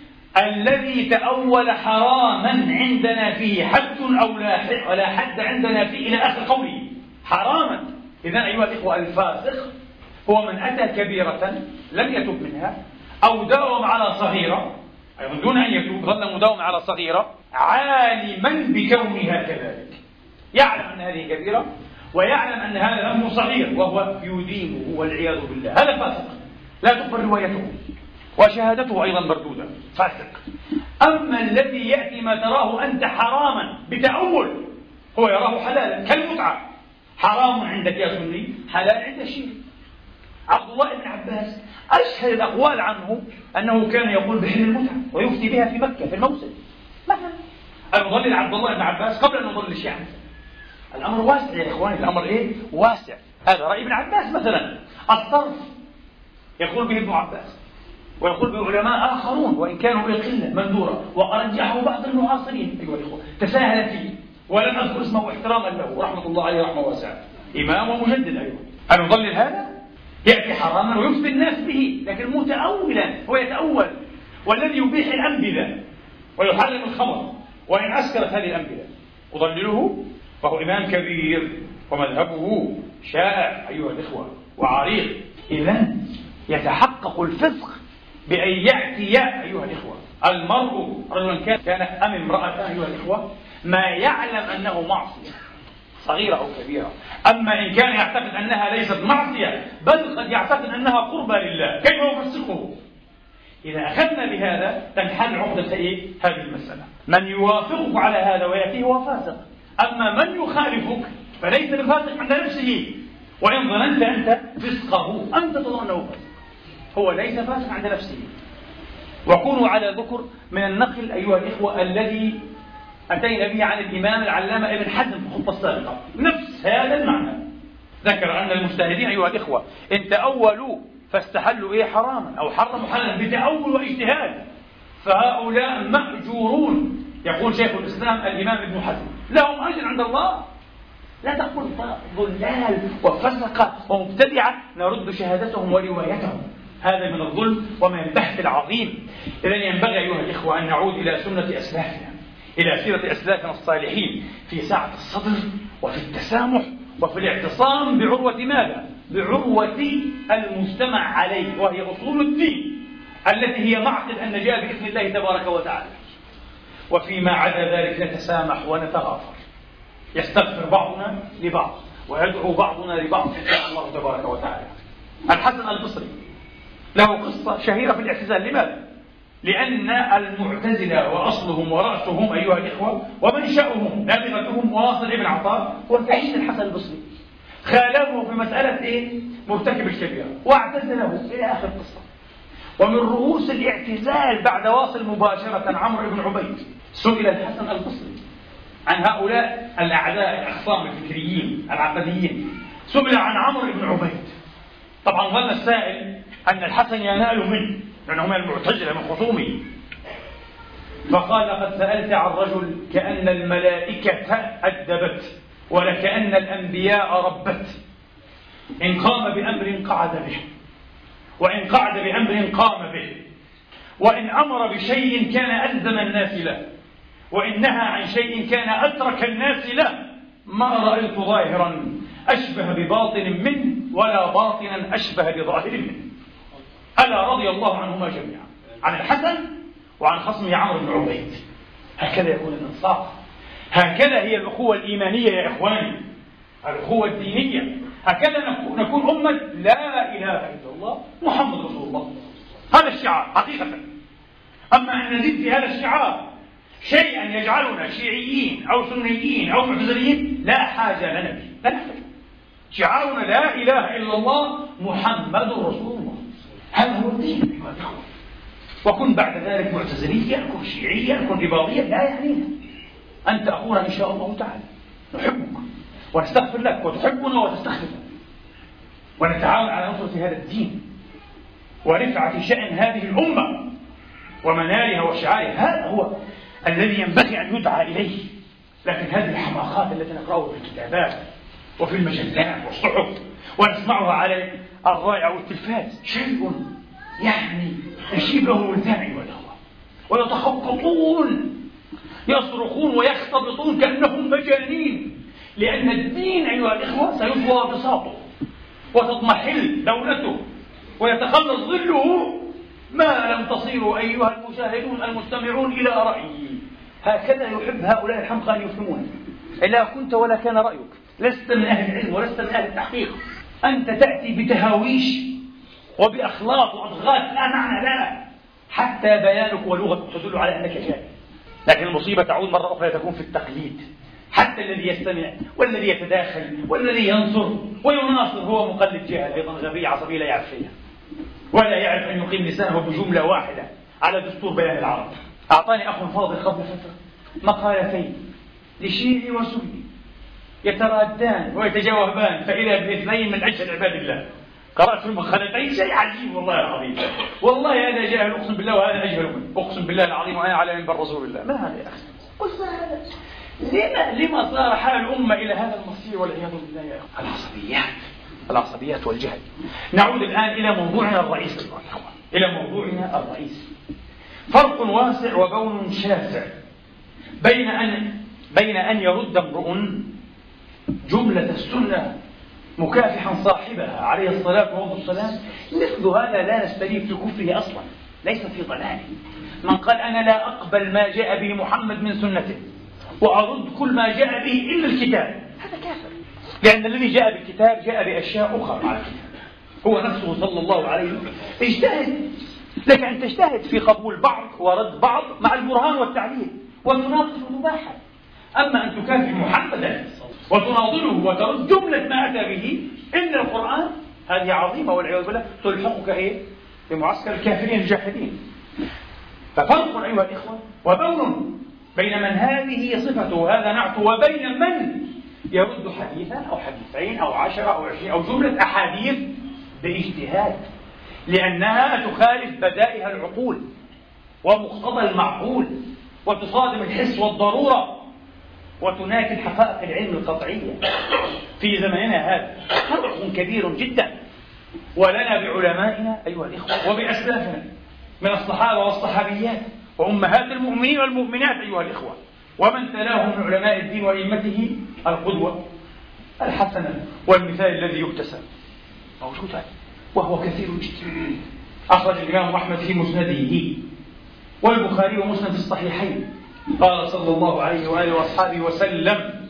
الذي تأول حراما عندنا فيه حد أو لا حد عندنا فيه إلى آخر قوله حراما. إذن أيها الإخوة الفاسق هو من أتى كبيرة لم يتب منها أو داوم على صغيرة أيضا دون أن يتوب ظل مداوم على صغيرة عالما بكونها كذلك، يعلم أن هذه كبيرة ويعلم أن هذا ذنب صغير وهو يدينه والعياذ بالله، هذا فاسق لا تقبل روايته وشهادته أيضا مردودة، فاسق. أما الذي يأتي ما تراه أنت حراما بتأول هو يراه حلالا كالمتعة، حرام عندك يا سني حلال عند الشيعي. عبد الله بن عباس أشهر الأقوال عنه أنه كان يقول بحل المتعة ويفتي بها في مكة في الموسم مثلا. المضلل عبد الله بن عباس قبل أن نضلل الشيعة. الأمر واسع يا إخواني، الأمر إيه؟ واسع. هذا رأي ابن عباس مثلا. الصرف يقول به ابن عباس ويقول به علماء آخرون وإن كانوا قلة مندورة وأرجحه بعض المعاصرين أيها الإخوة تساهل فيه ولم أذكر اسمه احتراما له رحمة الله عليه رحمة واسعة، إمام ومجدد أيضا. المضلل هذا يأتي حراما ويفتي الناس به لكن متأولا، هو يتأول. والذي يبيح الأنبذة ويحرم الخمر وإن أسكرت هذه الأنبذة أضلله فهو إمام كبير ومذهبه شائع أيها الإخوة وعريق. إذن يتحقق الفسق بأن يأتي أيها الإخوة المرء رجلا كان كان أم امرأة أيها الإخوة ما يعلم أنه معصية صغيرة أو كبيرة. أما إن كان يعتقد أنها ليست معصية بل قد يعتقد أنها قربى لله كيف يفسقه؟ إذا أخذنا بهذا تنحل عقدة إيه؟ هذه المسألة. من يوافقك على هذا ويأتيه هو فاسق، أما من يخالفك فليس بفاسق عند نفسه وإن ظننت أنت فسقه أنت تظن أنه فاسق، هو ليس فاسق عند نفسه. وكونوا على ذكر من النقل أيها الإخوة الذي أتينا به عن الإمام العلامة ابن حزم في الخطبة السابقة نفس هذا المعنى، ذكر أن المجتهدين أيها الإخوة إن تأولوا فاستحلوا إيه حراما أو حرموا حلالا بتأول واجتهاد فهؤلاء مأجورون. يقول شيخ الإسلام الإمام ابن حزم لهم أجر عند الله. لا تقول ضلال وفسقة ومبتدعة نرد شهادتهم وروايتهم، هذا من الظلم ومن البحث العظيم. إذن ينبغي أيها الإخوة أن نعود إلى سنة أسلافنا، إلى سيرة أسلافنا الصالحين في سعة الصدر وفي التسامح وفي الاعتصام بعروة ماذا؟ بعروة المجتمع عليه، وهي أصول الدين التي هي معقد النجاة بإذن الله تبارك وتعالى. وفيما عدا ذلك نتسامح ونتغافر، يستغفر بعضنا لبعض ويدعو بعضنا لبعض إن شاء الله تبارك وتعالى. الحسن البصري له قصة شهيرة في الاعتزال. لماذا؟ لأن المعتزلة وأصلهم ورأسهم أيها الإخوة ومنشأهم نابغتهم واصل ابن عطاء وتعيش الحسن البصري، خالفه في مسألة إيه؟ مرتكب الكبيرة واعتزله إلى آخر القصة. ومن رؤوس الاعتزال بعد واصل مباشرة عمرو بن عبيد. سئل الحسن البصري عن هؤلاء الأعداء الأخصام الفكريين العقديين، سئل عن عمرو بن عبيد. طبعا ظن السائل أن الحسن ينال منه لأنه من المعتزلة من خصومه، فقال لقد سألت عن رجل كأن الملائكة أدبت ولكأن الأنبياء ربت، إن قام بأمر قعد به، وإن قعد بأمر قام به، وإن أمر بشيء كان ألزم الناس له، وإن نهى عن شيء كان أترك الناس له. ما رأيت ظاهرا أشبه بباطن منه ولا باطنا أشبه بظاهر منه. ألا رضي الله عنهما جميعا، عن الحسن وعن خصمه عمرو بن عبيد. هكذا يكون الإنصاف، هكذا هي الأخوة الإيمانية يا إخواني، الأخوة الدينية. هكذا نكون أمة لا إله إلا الله محمد رسول الله، هذا الشعار حقيقة. أما أن نزيد في هذا الشعار شيئا يجعلنا شيعيين أو سنيين أو معتزليين لا حاجة لنا به، لا نحتاج. شعارنا لا إله إلا الله محمد رسول الله، هذا هو الدين. وكن بعد ذلك معتزليا، كن شيعيا، كن رباطيا، لا يعنينا. أنت أخونا إن شاء الله تعالى، نحبك ونستغفر لك وتحبنا وتستغفر لك، ونتعاون على نصرة هذا الدين ورفعة شأن هذه الأمة ومنارها وشعارها. هذا هو الذي ينبغي أن يدعى إليه. لكن هذه الحماقات التي نقرأها في الكتابات وفي المجلات والصحف ونسمعها على الرائع والتلفاز شيء يعني يشيب له الولدان أيها الأخوة، ويتخبطون يصرخون ويختبطون كأنهم مجانين، لأن الدين أيها الإخوة سيطوى بساطه وتضمحل دولته ويتخلص ظله ما لم تصيروا أيها المشاهدون المستمعون إلى رأيي. هكذا يحب هؤلاء الحمقى أن يفهمون. إلا كنت ولا كان رأيك، لست من أهل العلم ولست من أهل التحقيق، أنت تأتي بتهاويش وبأخلاق وأضغاث لا معنى لها، حتى بيانك ولغتك تدل على أنك جاهل. لكن المصيبة تعود مرة أخرى تكون في التقليد. حتى الذي يستمع والذي يتداخل والذي ينصر ويناصر هو مقلد جاهل أيضا، غبي عصبي لا يعرف شيئا ولا يعرف أن يقيم لسانه بجملة واحدة على دستور بيان العرب. أعطاني أخ فاضل قبل فترة مقالتين لشيعي وسني يترادان ويتجاوبان فإذا باثنين من أجهل عباد الله. قرأت في المقالتين شيء عجيب والله العظيم، والله هذا جاهل أقسم بالله وهذا أجهل منه أقسم بالله العظيم وأنا على منبر رسول الله. ما هذا يا أخي؟ قلت هذا لما لما صار حال الأمة إلى هذا المصير والعياذ بالله يا أخي؟ العصبيات العصبيات والجهل. نعود الآن إلى موضوعنا الرئيسي أيها الأخوة، إلى موضوعنا الرئيسي. فرق واسع وبون شاسع بين أن بين أن يرد امرؤ جملة السنة مكافحا صاحبها عليه الصلاة والسلام، مثل هذا لا نستريد في كفره أصلا، ليس في ضلاله. من قال أنا لا أقبل ما جاء به محمد من سنته وأرد كل ما جاء به إلا الكتاب، هذا كافر، لأن الذي جاء بالكتاب جاء بأشياء أخرى على الكتاب. هو نفسه صلى الله عليه وسلم اجتهد، لك أن تجتهد في قبول بعض ورد بعض مع البرهان والتعليل وتناقش مباحا. أما أن تكافئ محمدا وتناظره وترد جملة ما أتى به، إن القرآن هذه عظيمة والعياذ بالله تلحقك إيه؟ بمعسكر الكافرين الجاحدين. ففرق أيها الإخوة وبون بين من هذه صفته وهذا نعته وبين من يرد حديثا أو حديثين أو عشرة أو عشرين أو جملة أحاديث باجتهاد، لأنها تخالف بدائها العقول ومقتضى المعقول وتصادم الحس والضرورة وتناكل حقائق العلم القطعية. في زماننا هذا فرق كبير جدا، ولنا بعلمائنا أيها الإخوة وبأسلافنا من الصحابة والصحابيات وأمهات المؤمنين والمؤمنات أيها الإخوة ومن تلاهم من علماء الدين وأئمته القدوة الحسنة والمثال الذي يكتسب موجودا وهو كثير جدا. أخرج الإمام أحمد في مسنده والبخاري ومسلم في الصحيحين قال صلى الله عليه وآله وأصحابه وسلم: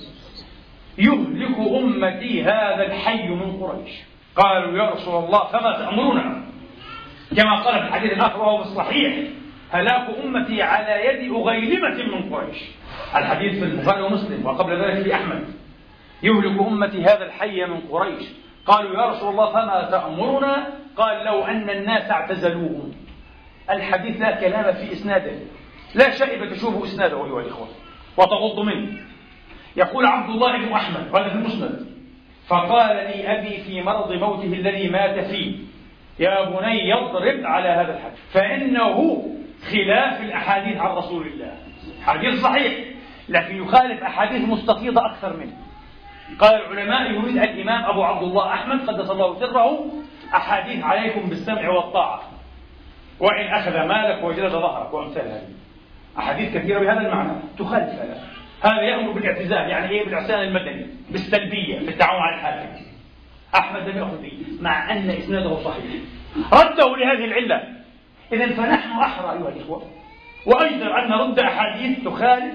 يهلك أمتي هذا الحي من قريش. قالوا: يا رسول الله فما تأمرنا؟ كما قال في الحديث الآخر وهو الصحيح: هلاك أمتي على يد أغيلمة من قريش. الحديث في البخاري ومسلم وقبل ذلك في أحمد. يهلك أمتي هذا الحي من قريش. قالوا: يا رسول الله فما تأمرنا؟ قال: لو أن الناس اعتزلوهم. الحديث لا كلام في إسناده، لا شائبة تشوف إسناده أيها الإخوة وتغض منه. يقول عبد الله بن أحمد وهذا في المسند: فقال لي أبي في مرض موته الذي مات فيه: يا بني يضرب على هذا الحديث فإنه خلاف الأحاديث عن رسول الله. حديث صحيح لكن يخالف أحاديث مستفيضة أكثر منه. قال العلماء: يريد الإمام أبو عبد الله أحمد قدس الله سره أحاديث عليكم بالسمع والطاعة وإن أخذ مالك وجلد ظهرك وأمثال هذه. أحاديث كثيرة بهذا المعنى تخالف هذا. هذا يأمر بالاعتزال، يعني إيه؟ بالعصيان المدني، بالسلبية، بالتعاون على الحاكم. أحمد لم يأخذ به مع أن إسناده صحيح، رده لهذه العلة. إذن فنحن أحرى أيها الإخوة وأجدر أن نرد أحاديث تخالف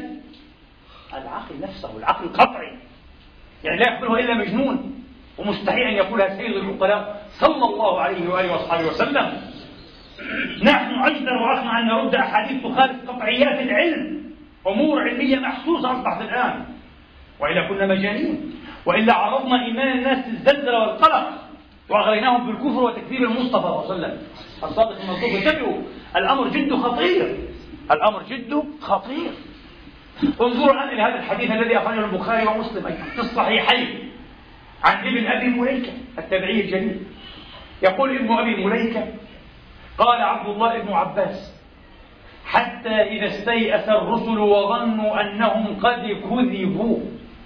العقل نفسه، العقل القطعي، يعني لا يقبله إلا مجنون، ومستحيل أن يقولها سيد العقلاء صلى الله عليه وآله وصحبه وسلم. نحن أجدر وأسمع أن نرد أحاديث تخالف قطعيات العلم، أمور علمية محسوسة أصبحت الآن، وإلا كنا مجانين، وإلا عرضنا إيمان الناس للزلزلة والقلق وأغريناهم بالكفر وتكذيب المصطفى صلى الله عليه وسلم الصادق المصدوق. انتبهوا، الأمر جد خطير، الأمر جد خطير. انظروا الآن إلى هذا الحديث الذي أخرجه البخاري ومسلم أيضا في الصحيحين عن ابن أبي مليكة التابعي الجليل. يقول ابن أبي مليكة: قال عبد الله بن عباس: حتى إذا استيأس الرسل وظنوا أنهم قد كذبوا.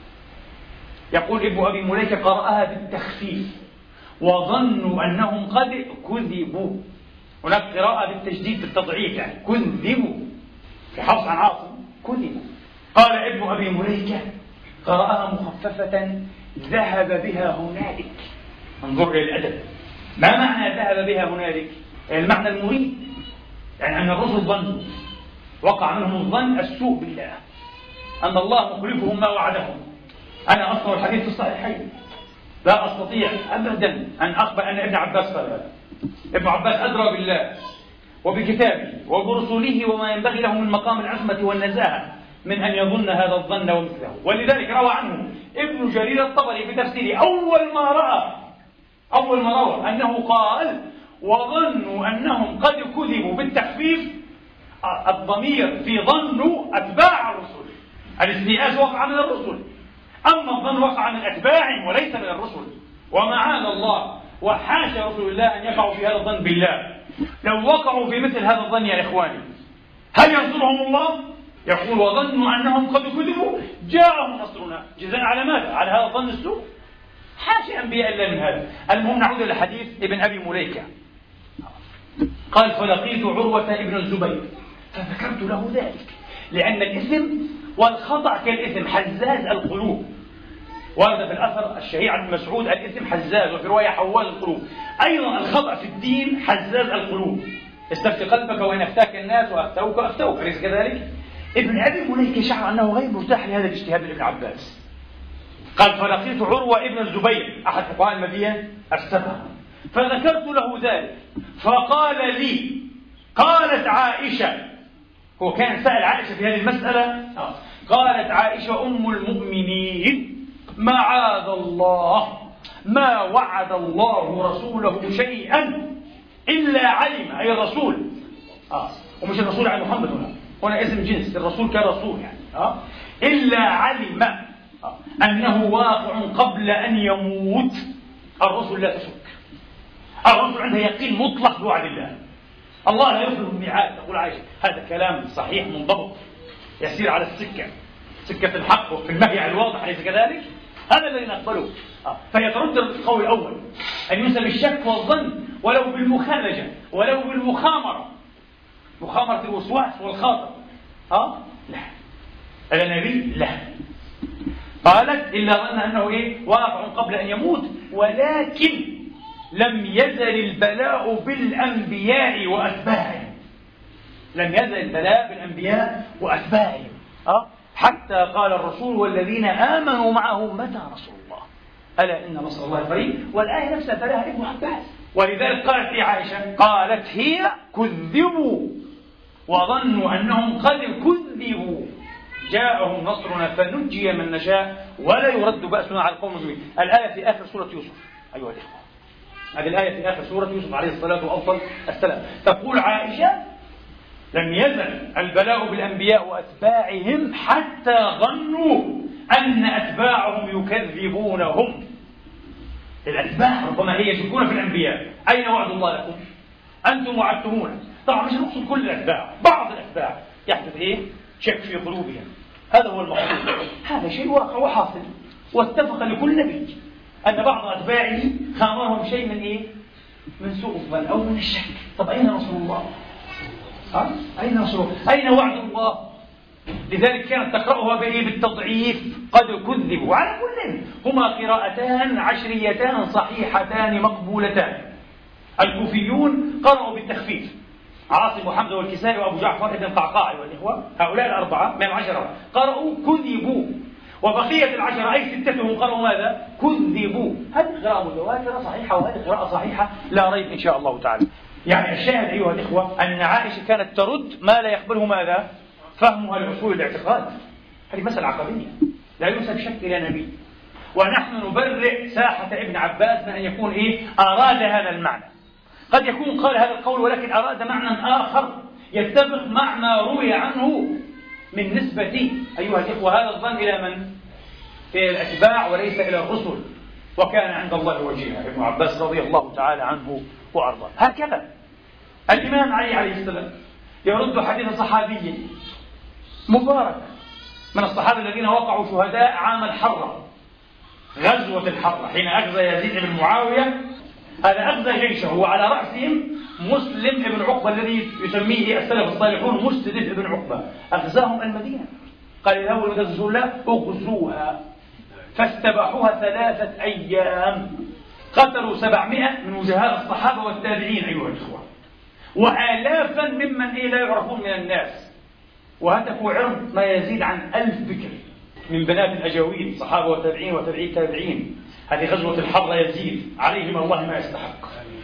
يقول ابن أبي مليكة: قرأها بالتخفيف، وظنوا أنهم قد كذبوا. هناك قراءة بالتجديد بالتضعيف، يعني كذبوا في حفص عن عاصم كذبوا. قال ابن أبي مليكة: قرأها مخففة: ذهب بها هنالك. انظر إلى الأدب. ما معنى ذهب بها هنالك؟ المعنى المريد، يعني أن الرسل ظنوا، وقع منهم الظن السوء بالله، أن الله مخلفهم ما وعدهم. أنا أصنع الحديث في الصحيحين، لا أستطيع أبدا أن أقبل أن ابن عباس قال هذا. ابن عباس أدرى بالله وبكتابه وبرسله وما ينبغي له من مقام العصمة والنزاهة من أن يظن هذا الظن ومثله. ولذلك روى عنه ابن جرير الطبري في تفسيره أول ما رأى أول ما روى أنه قال: وظنوا أنهم قد كذبوا بالتخفيف. الضمير في ظنوا أتباع الرسل، الاستيئاس وقع من الرسل، أما الظن وقع من أتباعهم وليس من الرسل. ومعاذ الله وحاشا رسول الله أن يقعوا في هذا الظن بالله. لو وقعوا في مثل هذا الظن يا إخواني هل ينصرهم الله؟ يقول: وظنوا أنهم قد كذبوا جاءهم نصرنا. جزاء على ماذا؟ على هذا الظن السوء؟ حاشا أنبياء الله من هذا. المهم نعود إلى حديث ابن أبي مليكة. قال: فلقيت عروة ابن الزبير فذكرت له ذلك، لأن الإثم والخطأ كالإثم حزاز القلوب. ورد في الأثر الشهير عن مسعود: الإثم حزاز، وفي رواية حواز القلوب. أيضا الخطأ في الدين حزاز القلوب. استفتي قلبك وإن أفتاك الناس وأفتوك وأفتوك، أليس كذلك؟ ابن أبي مليكة شعر أنه غير مرتاح لهذا الاجتهاد لابن عباس. قال: فلقيت عروة ابن الزبير أحد فقهاء المدينة السبعة فذكرت له ذلك فقال لي: قالت عائشة. هو كان سأل عائشة في هذه المسألة. قالت عائشة أم المؤمنين: معاذ الله ما وعد الله رسوله شيئا إلا علم، أي الرسول آه. ومش الرسول عن محمد هنا، هنا اسم جنس، الرسول كرسول يعني آه. إلا علم آه. أنه واقع قبل أن يموت. الرسل لا تشك، الرسل عندها يقين مطلق بوعد الله. الله لا يخلف الميعاد. تقول عائشة هذا كلام صحيح منضبط يسير على السكة، سكة الحق وفي المهيع الواضح، أليس كذلك؟ هذا الذي نقبله آه. فيترد القول الأول أن ينسب الشك والظن ولو بالمخالجة ولو بالمخامرة، مخامرة الوسواس والخاطر آه؟ لا. النبي لا، قالت إلا ظن أنه إيه؟ واقع قبل أن يموت، ولكن لم يزل البلاء بالأنبياء وأتباعهم. لم يزل البلاء بالأنبياء وأتباعهم أه؟ حتى قال الرسول والذين آمنوا معه متى نصر الله، ألا إن نصر الله قريب. والآية نفسها تلاها ابن عباس. ولذلك قالت لي عائشة، قالت هي كذبوا وظنوا أنهم قد كذبوا جاءهم نصرنا فنجي من نشاء ولا يرد بأسنا على القوم المجرمين. الآية في آخر سورة يوسف أيها الإخوة، هذه الآية في آخر سورة يوسف عليه الصلاة وأفضل السلام. تقول عائشة لم يزل البلاء بالأنبياء وأتباعهم حتى ظنوا أن أتباعهم يكذبونهم. الأتباع ربما هي يشكون في الأنبياء. أين وعد الله لكم؟ أنتم وعدتمونا. طبعا مش نقصد كل الأتباع، بعض الأتباع يحدث إيه؟ شك في قلوبهم، هذا هو المقصود. هذا شيء واقع وحاصل، واتفق لكل نبي أن بعض أتباعه خامرهم شيء من إيه؟ من سوء الظن أو من الشك. طب أين نصر الله؟ أه؟ أين نصر الله؟ أين وعد الله؟ لذلك كانت تقرأها بإيه؟ بالتضعيف، قد كذبوا. على كل هما قراءتان عشريتان صحيحتان مقبولتان. الكوفيون قرأوا بالتخفيف، عاصم وحمزة والكسائي وأبو جعفر ابن القعقاع والإخوة، هؤلاء الأربعة من العشرة قرأوا كذبوا، وبقية العشرة أي ستتهم قرأوا ماذا؟ كذبوا. هذه قراءة متواترة صحيحة وهذه قراءة صحيحة لا ريب إن شاء الله تعالى. يعني الشاهد أيها الإخوة أن عائشة كانت ترد ما لا يقبله ماذا؟ فهمها لأصول الاعتقاد. هذه مسألة عقدية لا ينسب شك إلى نبي، ونحن نبرئ ساحة ابن عباس من أن يكون إيه؟ أراد هذا المعنى. قد يكون قال هذا القول ولكن أراد معنى آخر يتفق مع ما روي عنه من نسبة أيها الإخوة هذا الظن إلى من؟ إلى الأتباع وليس إلى الرسل، وكان عند الله وجيها. ابن عباس رضي الله تعالى عنه وأرضاه. هكذا الإمام علي عليه السلام يرد حديث صحابي مبارك من الصحابة الذين وقعوا شهداء عام الحرة، غزوة الحرة، حين أغزى يزيد بن معاوية. هذا أغزى جيشه وعلى رأسهم مسلم بن عقبة الذي يسميه السلف الصالحون مسلم بن عقبة. أغزاهم المدينة، قال الأول رسول الله اغزوها، فاستباحوها ثلاثة أيام. قتلوا سبعمائة من وجهاء الصحابة والتابعين أيها الإخوة، وآلافا ممن لا يعرفون من الناس، وهتكوا عرض ما يزيد عن ألف بكر من بنات الأجاويل، صحابة وتابعين وتابعي التابعين. هذه غزوة الحرة يزيد عليهم الله ما يستحق.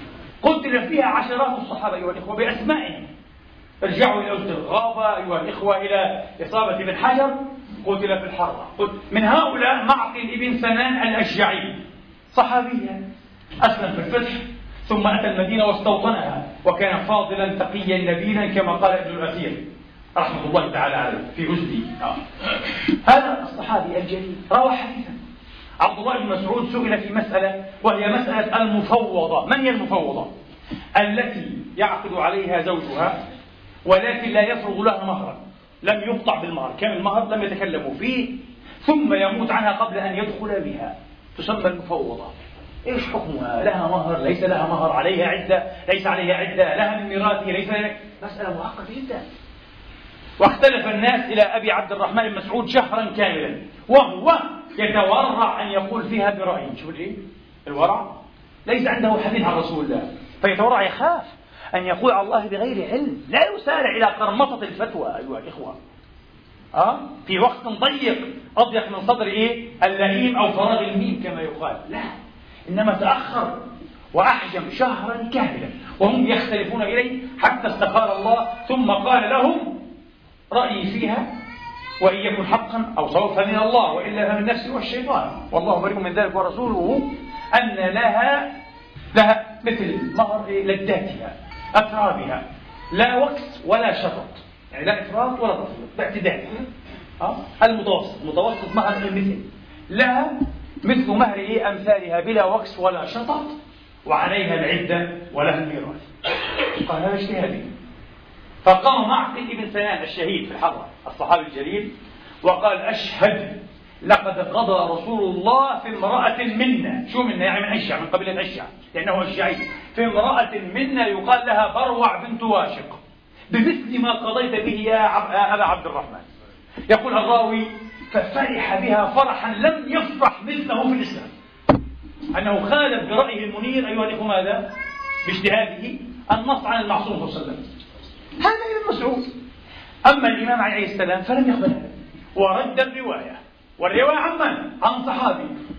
قتل فيها عشرات الصحابة أيها الإخوة بأسمائهم. ارجعوا إلى أسد الغابة أيها الإخوة، إلى إصابة بن حجر قتل في الحرة. من هؤلاء معقل بن سنان الأشجعي، صحابيا أسلم في الفتح ثم أتى المدينة واستوطنها، وكان فاضلا تقيا نبيلا كما قال ابن الأثير رحمة الله تعالى عليه في أسدي. آه. هذا الصحابي الجليل روى حديثا. عبد الله بن مسعود سئل في مسألة وهي مسألة المفوضة. من هي المفوضة؟ التي يعقد عليها زوجها ولكن لا يفرض لها مهرا، لم يقطع بالمهر، كان المهر لم يتكلموا فيه، ثم يموت عنها قبل أن يدخل بها، تسمى المفوضة. إيش حكمها؟ لها مهر، ليس لها مهر، عليها عدة، ليس عليها عدة، لها من ميراثه، ليس لها، مسألة معقدة جدا. واختلف الناس إلى أبي عبد الرحمن بن مسعود شهرا كاملا وهو يتورع أن يقول فيها برأيه. شوف الإيه؟ الورع ليس عنده حديث عن رسول الله، فيتورع، يخاف أن يقول على الله بغير علم، لا يسارع إلى قرمطة الفتوى أيها الإخوة. أه؟ في وقت ضيق أضيق من صدر إيه؟ اللئيم أو فراغ الميم كما يقال، لا، إنما تأخر وأحجم شهرا كاملا وهم يختلفون إليه حتى استخار الله ثم قال لهم رأيي فيها، وإن يكن حقا أو صوفا من الله وإلا فمن نفسي والشيطان والله بريء من ذلك ورسوله. أن لها لها مثل مهر لذاتها أترابها، لا وكس ولا شطط، يعني لا إفراط ولا تفريط، باعتدال. أه؟ المتوسط، متوسط مهر المثل، لها مثل مهر إيه أمثالها بلا وكس ولا شطط، وعليها العدة ولها الميراث. قال هذا اجتهادي. فقام معقل ابن سنان الشهيد في الحرة الصحابي الجليل وقال أشهد لقد قضى رسول الله في امرأة منا، شو منا يعني من أشيع، من قبيلة أشيع لأنه أشيعي، في امرأة منا يقال لها بروع بنت واشق بمثل ما قضيت به يا أبا عبد الرحمن. يقول الراوي ففرح بها فرحا لم يفرح مثله في الإسلام، أنه خالف برأيه المنير أيها الإخوة ماذا؟ باجتهاده النص عن المعصوم صلى الله عليه وسلم. هذا ابن مسعود. أما الإمام عليه السلام فلم يقبل هذا ورد الرواية، والرواية عن من؟ عن صحابي،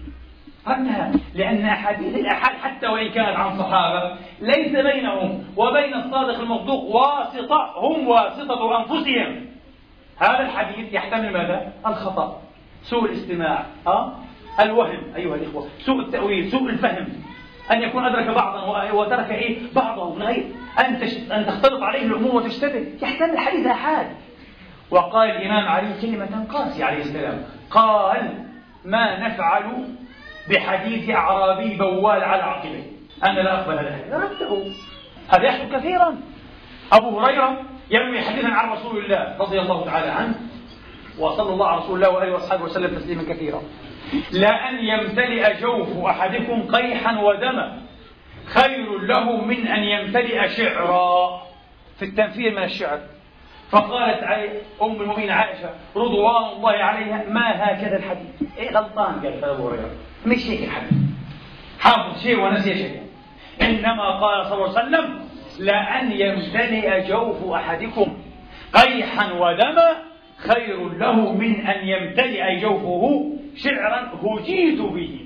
ردها لأن أحاديث الآحاد حتى وإن كانت عن صحابة ليس بينهم وبين الصادق المصدوق واسطة، هم واسطة أنفسهم. هذا الحديث يحتمل ماذا؟ الخطأ، سوء الاستماع، أه؟ الوهم أيها الإخوة، سوء التأويل، سوء الفهم، أن يكون أدرك بعضا وترك إيه بعضه من غير أن أن تختلط عليه الأمور وتشتبه، يحتمل حديث آحاد. وقال الإمام علي كلمة قاسية عليه السلام، قال ما نفعل بحديث أعرابي بوال على عقبيه، أنا لا أقبل هذا. رده هذا يحدث كثيرا. أبو هريرة يروي حديثا عن رسول الله رضي الله تعالى عنه وصلى الله على رسول الله وآله وصحبه وسلم تسليما كثيرا، لا أن يمتلئ جوف أحدكم قيحا ودما خير له من أن يمتلئ شعرا، في التنفير من الشعر. فقالت أم المؤمنين عائشة رضوان الله عليها ما هكذا الحديث، إيه غلطان قال أبو هريرة، مش هيك الحديث، حافظ شيء ونسي شيء، إنما قال صلى الله عليه وسلم لأن يمتلئ جوف أحدكم قيحا ودما خير له من أن يمتلئ جوفه شعرا هجيت به،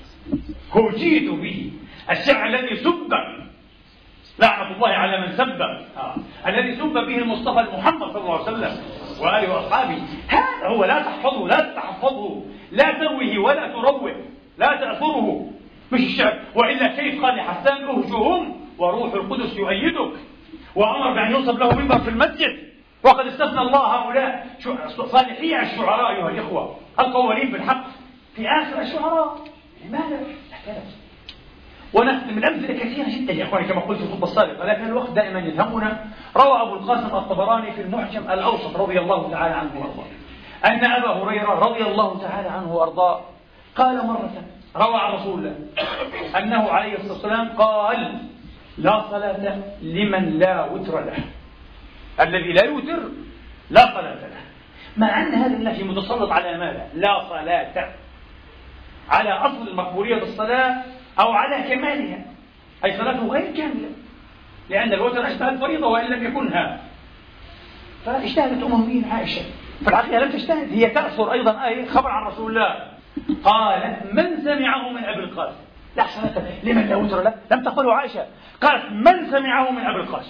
هجيت به، الشعر الذي سب لعنة الله على من سب، آه. الذي سب به المصطفى محمد صلى الله عليه وسلم وآله وأصحابه، هذا هو. لا تحفظه، لا تحفظه، لا تروه ولا تروه، لا تأثره، مش الشعر. وإلا كيف قال لحسان أهجهم وروح القدس يؤيدك، وأمر بأن ينصب له منبر في المسجد، وقد استثنى الله هؤلاء صالحي الشعراء أيها الإخوة القوالين بالحق في آخر الشعراء. لماذا؟ هكذا. ونختم الأمثلة كثيرة جدا يا أخواني كما قلت في الخطبة السابقة، لكن الوقت دائما يلهمنا. روى أبو القاسم الطبراني في المعجم الأوسط رضي الله تعالى عنه وأرضاه أن أبا هريرة رضي الله تعالى عنه وأرضاه قال مرة، روى عن رسول الله أنه عليه الصلاة والسلام قال لا صلاة لمن لا وتر له، الذي لا يوتر لا صلاة له، مع أن هذا النهي متسلط على ماذا؟ لا صلاة، على أصل مقبولية الصلاة أو على كمالها، أي صلاته غير كاملة، لأن الوتر أشبه الفريضة وإن لم يكنها. فاجتهدت أم المؤمنين عائشة، في الحقيقة لم تجتهد، هي تأثر أيضا آية خبر عن رسول الله، قالت من سمعه من أبي القاسم لا صلاة لمن لا وتر له، لم تقله عائشة، قالت من سمعه من أبي القاسم،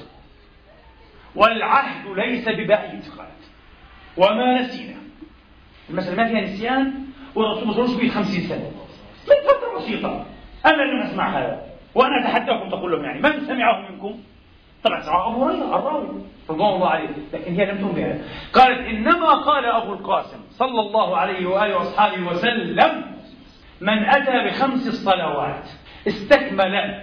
والعهد ليس ببعيد، قالت وما نسينا، المسألة ما فيها نسيان، والرسول صلى الله عليه وسلم خمسين سنة من فترة بسيطة. أنا لم أسمع هذا وأنا أتحداكم تقول لهم يعني من سمعه منكم؟ طبعا سمع أبو هريرة الراوي رضوان الله عليه، لكن هي لم تؤمن بهذا. قالت إنما قال أبو القاسم صلى الله عليه وآله وأصحابه وسلم من أتى بخمس الصلوات استكمل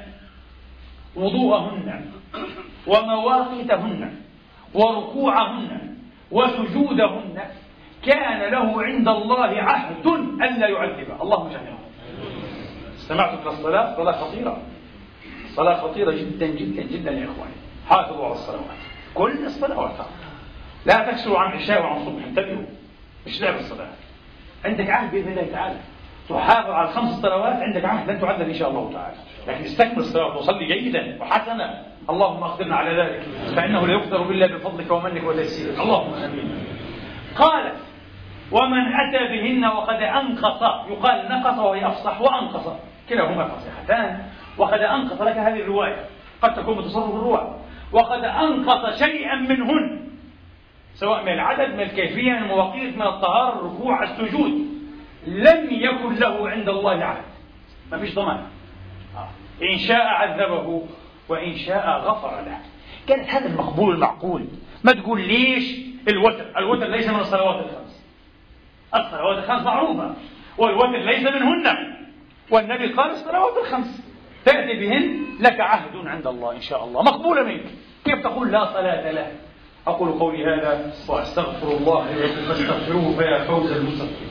وضوءهن ومواقيتهن وركوعهن وسجودهن كان له عند الله عهد ألا يعذبه. اللهم جميعا استمعتم إلى الصلاة، صلاة خطيرة، صلاة خطيرة جدا جدا جدا يا إخواني. حافظوا على الصلوات، كل الصلوات، لا تكسروا عن عشاء وعن صبح، انتبهوا، مش لعب الصلاة. عندك عهد بإذن الله تعالى تحافظ على الخمس صلوات، عندك عهد لن تعذب إن شاء الله تعالى، لكن استكمل الصلاة وصلي جيدا وحسنا. اللهم أقدرنا على ذلك، فإنه لا يقدر إلا بفضلك ومنك وتيسيرك، اللهم آمين. قال ومن أتى بهن وقد أنقص، يقال نقص وهي أفصح وأنقص كلاهما فصيحتان، وقد أنقص لك هذه الرواية قد تكون متصرف الرواية، وقد أنقص شيئا منهن سواء من العدد من الكيفية من المواقيت من الطهارة الركوع السجود، لم يكن له عند الله عهد، ما فيش ضمان، إن شاء عذبه وإن شاء غفر له. كانت هذا المقبول المعقول. ما تقول ليش الوتر، الوتر ليس من الصلوات الخمس، الصلوات الخمس معروفة، والوتر ليس منهن، والنبي قال الصلوات الخمس تأتي بهن لك عهد عند الله إن شاء الله، مقبولة منك. كيف تقول لا صلاة له؟ أقول قولي هذا وأستغفر الله لكم فاستغفروه فيا فوز المستغفرين.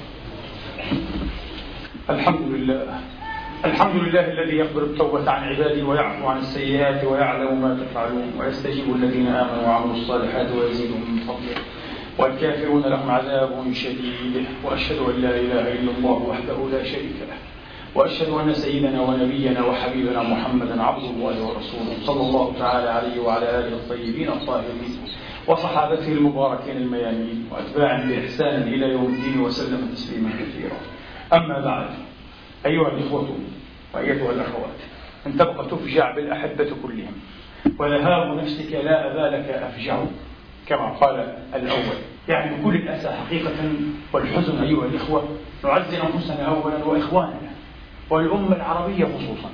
الحمد لله، الحمد لله الذي يقبل التوبة عن عباده ويعفو عن السيئات ويعلم ما تفعلون ويستجيب الذين آمنوا وعملوا الصالحات ويزيدهم من فضله والكافرون لهم عذاب شديد. وأشهد أن لا إله إلا الله وحده لا شريك له، وأشهد أن سيدنا ونبينا وحبيبنا محمدا عبد الله ورسوله صلى الله تعالى عليه وعلى آله الطيبين الطاهرين وصحابته المباركين الميامين وأتباعهم بإحسان إلى يوم الدين وسلم تسليما كثيرا. أما بعد، أيها الإخوة وأيتها الأخوات، أن تبقى تفجع بالأحبة كلهم، وذهاب نفسك لا أبالك أفجع كما قال الأول. يعني بكل الأسى حقيقة والحزن أيها الإخوة نعزي أنفسنا أولا وإخواننا والأمة العربية خصوصا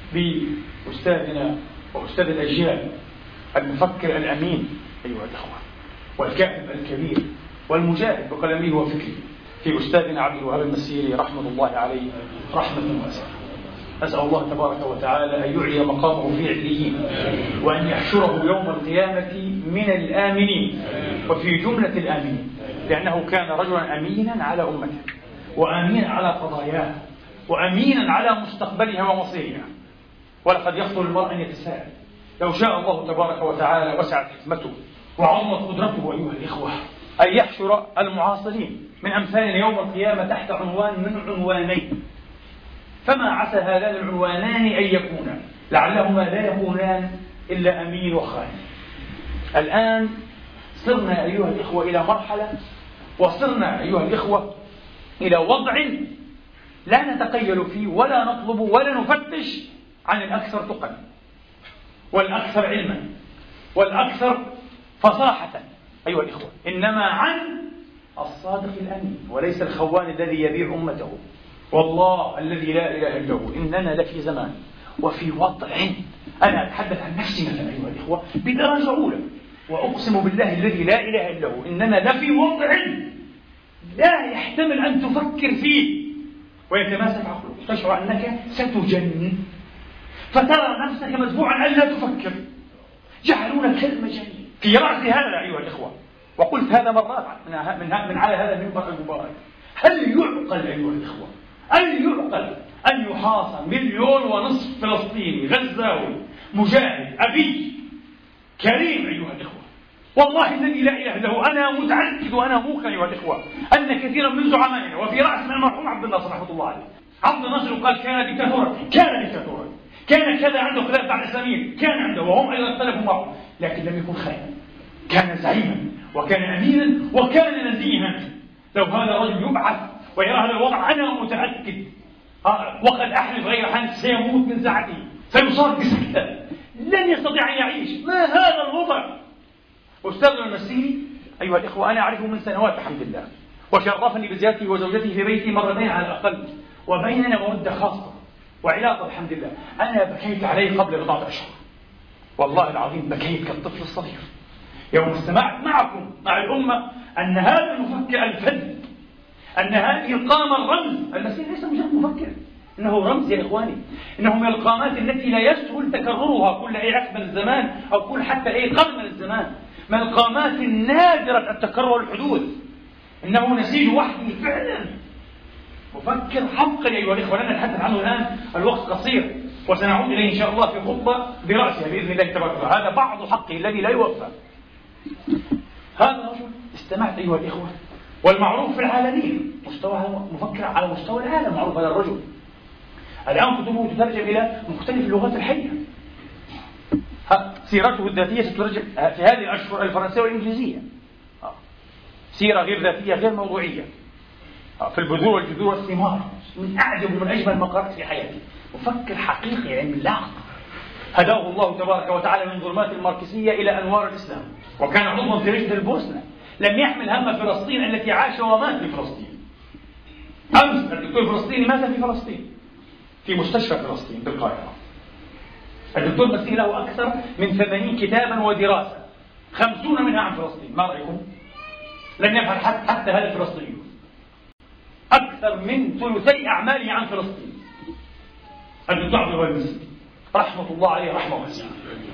بأستاذنا وأستاذ الأجيال المفكر الأمين أيها الإخوة والكاتب الكبير والمجاهد بقلمه وفكره في أستاذنا عبد الوهاب المسيري رحمة الله عليه رحمة واسعة. أسأل الله تبارك وتعالى أن يعلي مقامه في عليين، وأن يحشره يوم القيامة من الآمنين وفي جملة الآمنين، لأنه كان رجلا أمينا على أمته وأمينا على قضاياها وأمينا على مستقبلها ومصيرها. ولقد يخطر المرء أن يتساءل لو شاء الله تبارك وتعالى وسعت حكمته وعظمت قدرته أيها الإخوة أن يحشر المعاصرين من أمثالنا يوم القيامة تحت عنوان من عنوانين، فما عسى هذان العنوانان أن يكونا، لعلهما لا يكونان إلا أمين وخائن. الآن صرنا أيها الإخوة إلى مرحلة، وصرنا أيها الإخوة إلى وضع لا نتقيل فيه ولا نطلب ولا نفتش عن الأكثر تقى والأكثر علما والأكثر فصاحة أيها الإخوة، إنما عن الصادق الأمين وليس الخوان الذي يبيع أمته. والله الذي لا إله إلا هو إننا لفي زمان وفي وضع، أنا أتحدث عن نفسي مثلا أيها الإخوة بدرجة أولى، وأقسم بالله الذي لا إله إلا هو إننا لفي وضع لا يحتمل أن تفكر فيه ويتماسك عقلك، تشعر أنك ستجنن فترى نفسك مدفوعا ألا تفكر. جعلونك كالمجانين في رأس هذا أيها الإخوة، وقلت هذا مرات من, من, من على هذا المنبر المبارك. هل يعقل أيها الإخوة، هل يعقل أن يحاصر مليون ونصف فلسطيني غزاوي مجاهد أبي كريم أيها الإخوة؟ والله الذي لا إله إلا هو أنا متعدد وأنا موقن أيها الإخوة أن كثيرا من زعمائنا وفي رأسنا المرحوم عبد الناصر رحمة الله عليه، عبد الناصر قال كان ديكتاتورا، كان ديكتاتورا، كان كذا عنده خلاف مع الإسلاميين، كان عنده وهم أيضا اختلفوا معه، لكن لم يكن خائنا، كان زعيما وكان أمينا وكان نزيها. لو هذا الرجل يبعث ويرى هذا الوضع أنا متأكد وقد أحلف غير حنف سيموت من ساعته، سيصاب بسكتة، لن يستطيع أن يعيش. ما هذا الوضع؟ أستاذنا المسيري أيها الإخوة أنا أعرفه من سنوات الحمد لله، وشرفني بزيارته وزوجته في بيتي مرتين على الأقل، وبيننا مودة خاصة وعلاقة الحمد لله. أنا بكيت عليه قبل بضعة أشهر، والله العظيم بكيت كالطفل الصغير يوم استمعت معكم مع الأمة أن هذا المفكر الفذ، أن هذه القامة الرمز. المسيح ليس مجرد مفكر، إنه رمز يا إخواني، إنه من القامات التي لا يسهل تكررها كل أي عقد من الزمان أو كل حتى أي قرن من الزمان، من القامات النادرة التكرر والحدوث. إنه نسيج وحده فعلا، مفكر حقا أيها الإخوة. لن نتحدث عنه الآن، الوقت قصير، وسنعود إليه إن شاء الله في خطبة برأسها بإذن الله تبارك وتعالى. هذا بعض حقه الذي لا يوفى. هذا الرجل استمعت أيها الإخوة، والمعروف في العالمين مستوى مفكر على مستوى العالم، معروف هذا الرجل. الآن كتبه تترجم إلى مختلف اللغات الحية. سيرته الذاتية تترجم في هذه الأشهر الفرنسية والإنجليزية، سيرة غير ذاتية غير موضوعية في البذور والجذور والثمار، من أعجب ومن أجمل ما قرأت في حياتي. مفكر حقيقي عملاق هداه الله تبارك وتعالى من ظلمات الماركسية إلى أنوار الإسلام، وكان عضوا في لجنة البوسنة، لم يحمل هم فلسطين التي عاش ومات في فلسطين. أمس الدكتور الفلسطيني مات في فلسطين في مستشفى فلسطين بالقاهرة، الدكتور مسيري له أكثر من ثمانين كتابا ودراسة، خمسون منها عن فلسطين. ما رأيكم؟ لم يفعل حتى هذا الفلسطينيون. أكثر من ثلثي أعماله عن فلسطين. الدكتور عبد الوهاب المسيري رحمة الله عليه رحمة واسعة.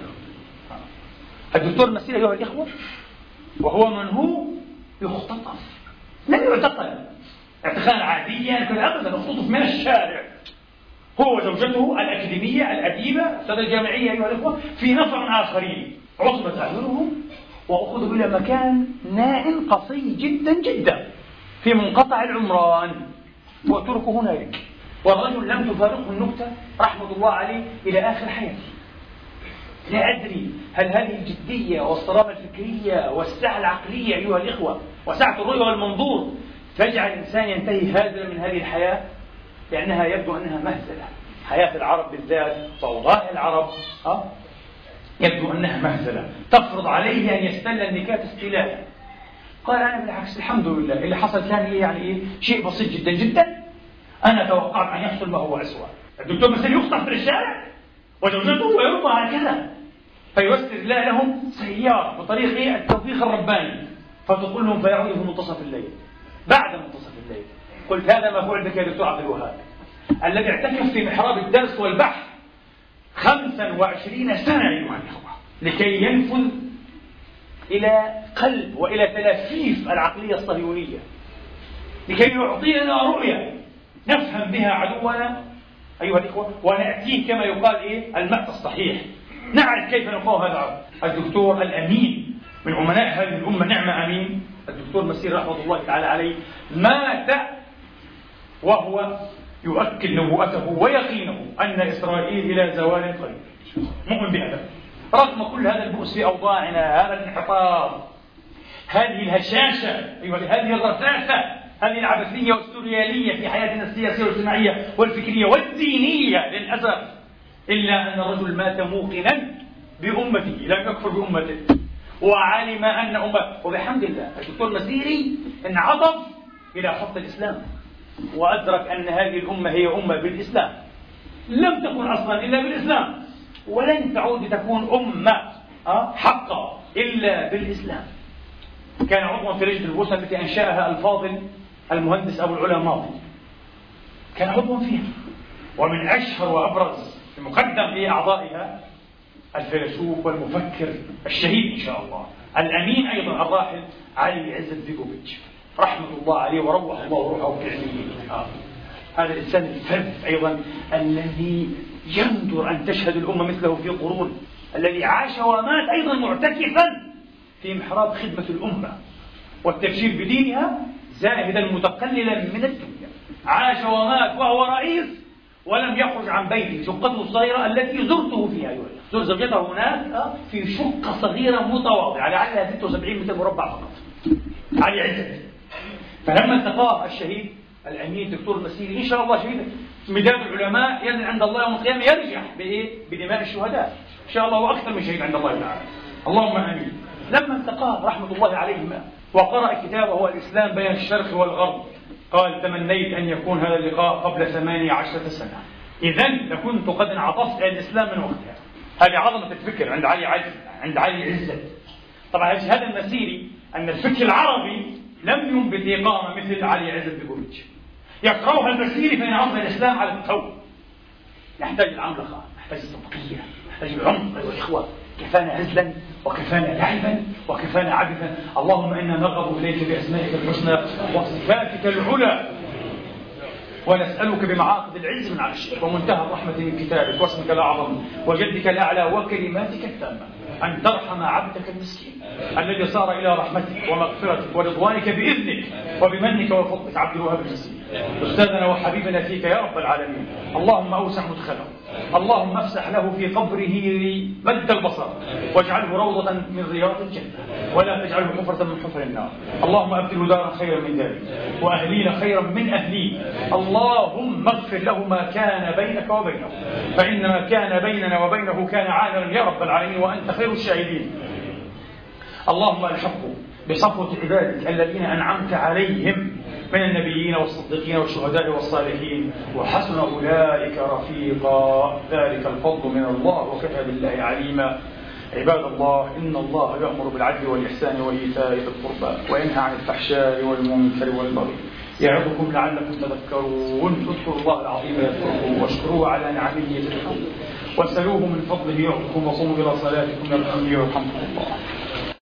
الدكتور مسيري أيها الإخوة وهو من هو يختطف، لم يعتقل اعتقالا عاديا كذا أبدا، اختطف من الشارع هو وزوجته الأكاديمية الأديبة الأستاذة الجامعية أيها الإخوة في نفر آخرين، عصمت أعينهم وأخذوا إلى مكان نائٍ قصي جدا جدا في منقطع العمران وتركوا هنالك. والرجل لم تفارقه النكتة رحمة الله عليه إلى آخر حياته. لا أدري هل هذه الجدية والصرامة الفكرية والسعة العقلية أيها الإخوة وسعة الرؤية والمنظور تجعل الإنسان ينتهي هازلا من هذه الحياة، لأنها يبدو أنها مهزلة. حياة العرب بالذات وأوضاع العرب ها يبدو أنها مهزلة تفرض عليه أن يستل النكات استيلاء. قال أنا بالعكس الحمد لله اللي حصل كان إيه يعني إيه شيء بسيط جدا جدا، أنا توقعت أن يحصل ما هو أسوأ. الدكتور مسيري يخطف في الشارع وزوجته ويرضى هكذا، فييسر الله لهم سيارة بطريق إيه التوفيق الرباني فتقول لهم فيعود في منتصف الليل. بعد منتصف الليل قلت هذا ما فعل بك يا دكتور عبد الوهاب الذي اعتكف في محراب الدرس والبحث خمسا وعشرين سنة أيها الإخوة لكي ينفذ إلى قلب وإلى تلافيف العقلية الصهيونية، لكي يعطينا رؤية نفهم بها عدونا أيها الإخوة ونأتيه كما يقال إيه المأتى الصحيح، نعرف كيف نقاوم هذا العرض. الدكتور الأمين من أمناء هذه الأمة، نعم أمين، الدكتور مسيري رحمة الله تعالى عليه مات وهو يؤكد نبوءته ويقينه أن إسرائيل إلى زوال قريب، مؤمن بهذا رغم كل هذا البؤس في أوضاعنا، هذا الانحطاط، هذه الهشاشة، هذه الرثاثة، هذه العبثية والسوريالية في حياتنا السياسية والاجتماعية والفكرية والدينية للأسف، إلا أن الرجل مات موقنا بأمته، لم يكفر بأمته وعلم أن أمته، وبحمد الله الدكتور مسيري انعطف إلى خط الإسلام وأدرك أن هذه الأمة هي أمة بالإسلام، لم تكن أصلا إلا بالإسلام، ولن تعود تكون أمة حقا إلا بالإسلام. كان عضوا في لجنة البوسنة التي أنشأها الفاضل المهندس أبو العلا ماضي، كان عضوا فيها، ومن أشهر وأبرز المقدم لأعضائها الفيلسوف والمفكر الشهيد إن شاء الله الأمين أيضا الراحل علي عزت بيكوفيتش رحمة الله عليه وروح الله روحه في علمه. آه. هذا الإنسان الفذ أيضا الذي يندر أن تشهد الأمة مثله في قرون، الذي عاش ومات أيضا معتكفا في محراب خدمة الأمة والتبشير بدينها زاهدا متقللا من الدنيا، عاش ومات وهو رئيس ولم يخرج عن بيته، شقته الصغيرة التي زرته فيها أيها زر زوجته هناك في شقة صغيرة متواضعة لعلها ستة وسبعين متر مربع فقط، علي عزت. فلما التقاه الشهيد الأمين الدكتور مسيري إن شاء الله شهيد مداد العلماء ينزل عند الله يوم القيامة يرجع بإيه؟ بدماء الشهداء إن شاء الله، وأكثر من شهيد عند الله تعالى، اللهم آمين. لما التقاه رحمة الله عليهما وقرأ كتابه هو الإسلام بين الشرق والغرب قال تمنيت أن يكون هذا اللقاء قبل ثمانية عشرة سنة، إذن لكنت قد انعطفت إلى الإسلام من وقتها. هذه عظمة الفكر عند علي عزت عند علي عزت. طبعا هذا المسيري أن الفكر العربي لم ينبت إقامة مثل علي عزت بيكوفيتش، يقرأها المسيري فإن عظم الإسلام على القول. نحتاج العملقة، نحتاج التطبيق، نحتاج العمق أيها الإخوة. كفانا عزلا وكفانا لعبا وكفانا عبثا، اللهم إنا نرغب إليك بأسمائك الحسنى وصفاتك العلى، ونسألك بمعاقد العز من عرشك ومنتهى الرحمة من كتابك واسمك الأعظم وجدك الأعلى وكلماتك التامة أن ترحم عبدك المسكين الذي صار إلى رحمتك ومغفرتك ورضوانك بإذنك وبمنك وفضلك. عبد الوهاب المسكين أستاذنا وحبيبنا فيك يا رب العالمين، اللهم أوسع مدخله، اللهم افسح له في قبره مد البصر واجعله روضة من رياض الجنة ولا تجعله حفرة من حفر النار، اللهم أبدله دارا خيرا من داره وأهلين خيرا من أهليه، اللهم اغفر له ما كان بينك وبينه فإنما كان بيننا وبينه كان عالما يا رب العالمين وأنت خير الشاهدين. اللهم الحقه بصفوة عبادك الذين أنعمت عليهم من النبيين والصديقين والشهداء والصالحين وحسن أولئك رفيقا، ذلك الفضل من الله وكفى بالله عليما. عباد الله، إن الله يأمر بالعدل والإحسان وإيتاء ذي القربى وينهى عن الفحشاء والمنكر والبغي يعظكم لعلكم تذكرون. اذكروا الله العظيم يذكركم واشكروه على نعمه يزدكم واسألوه من فضله يعطكم وقوموا إلى صلاتكم يرحمني ويرحمكم الله.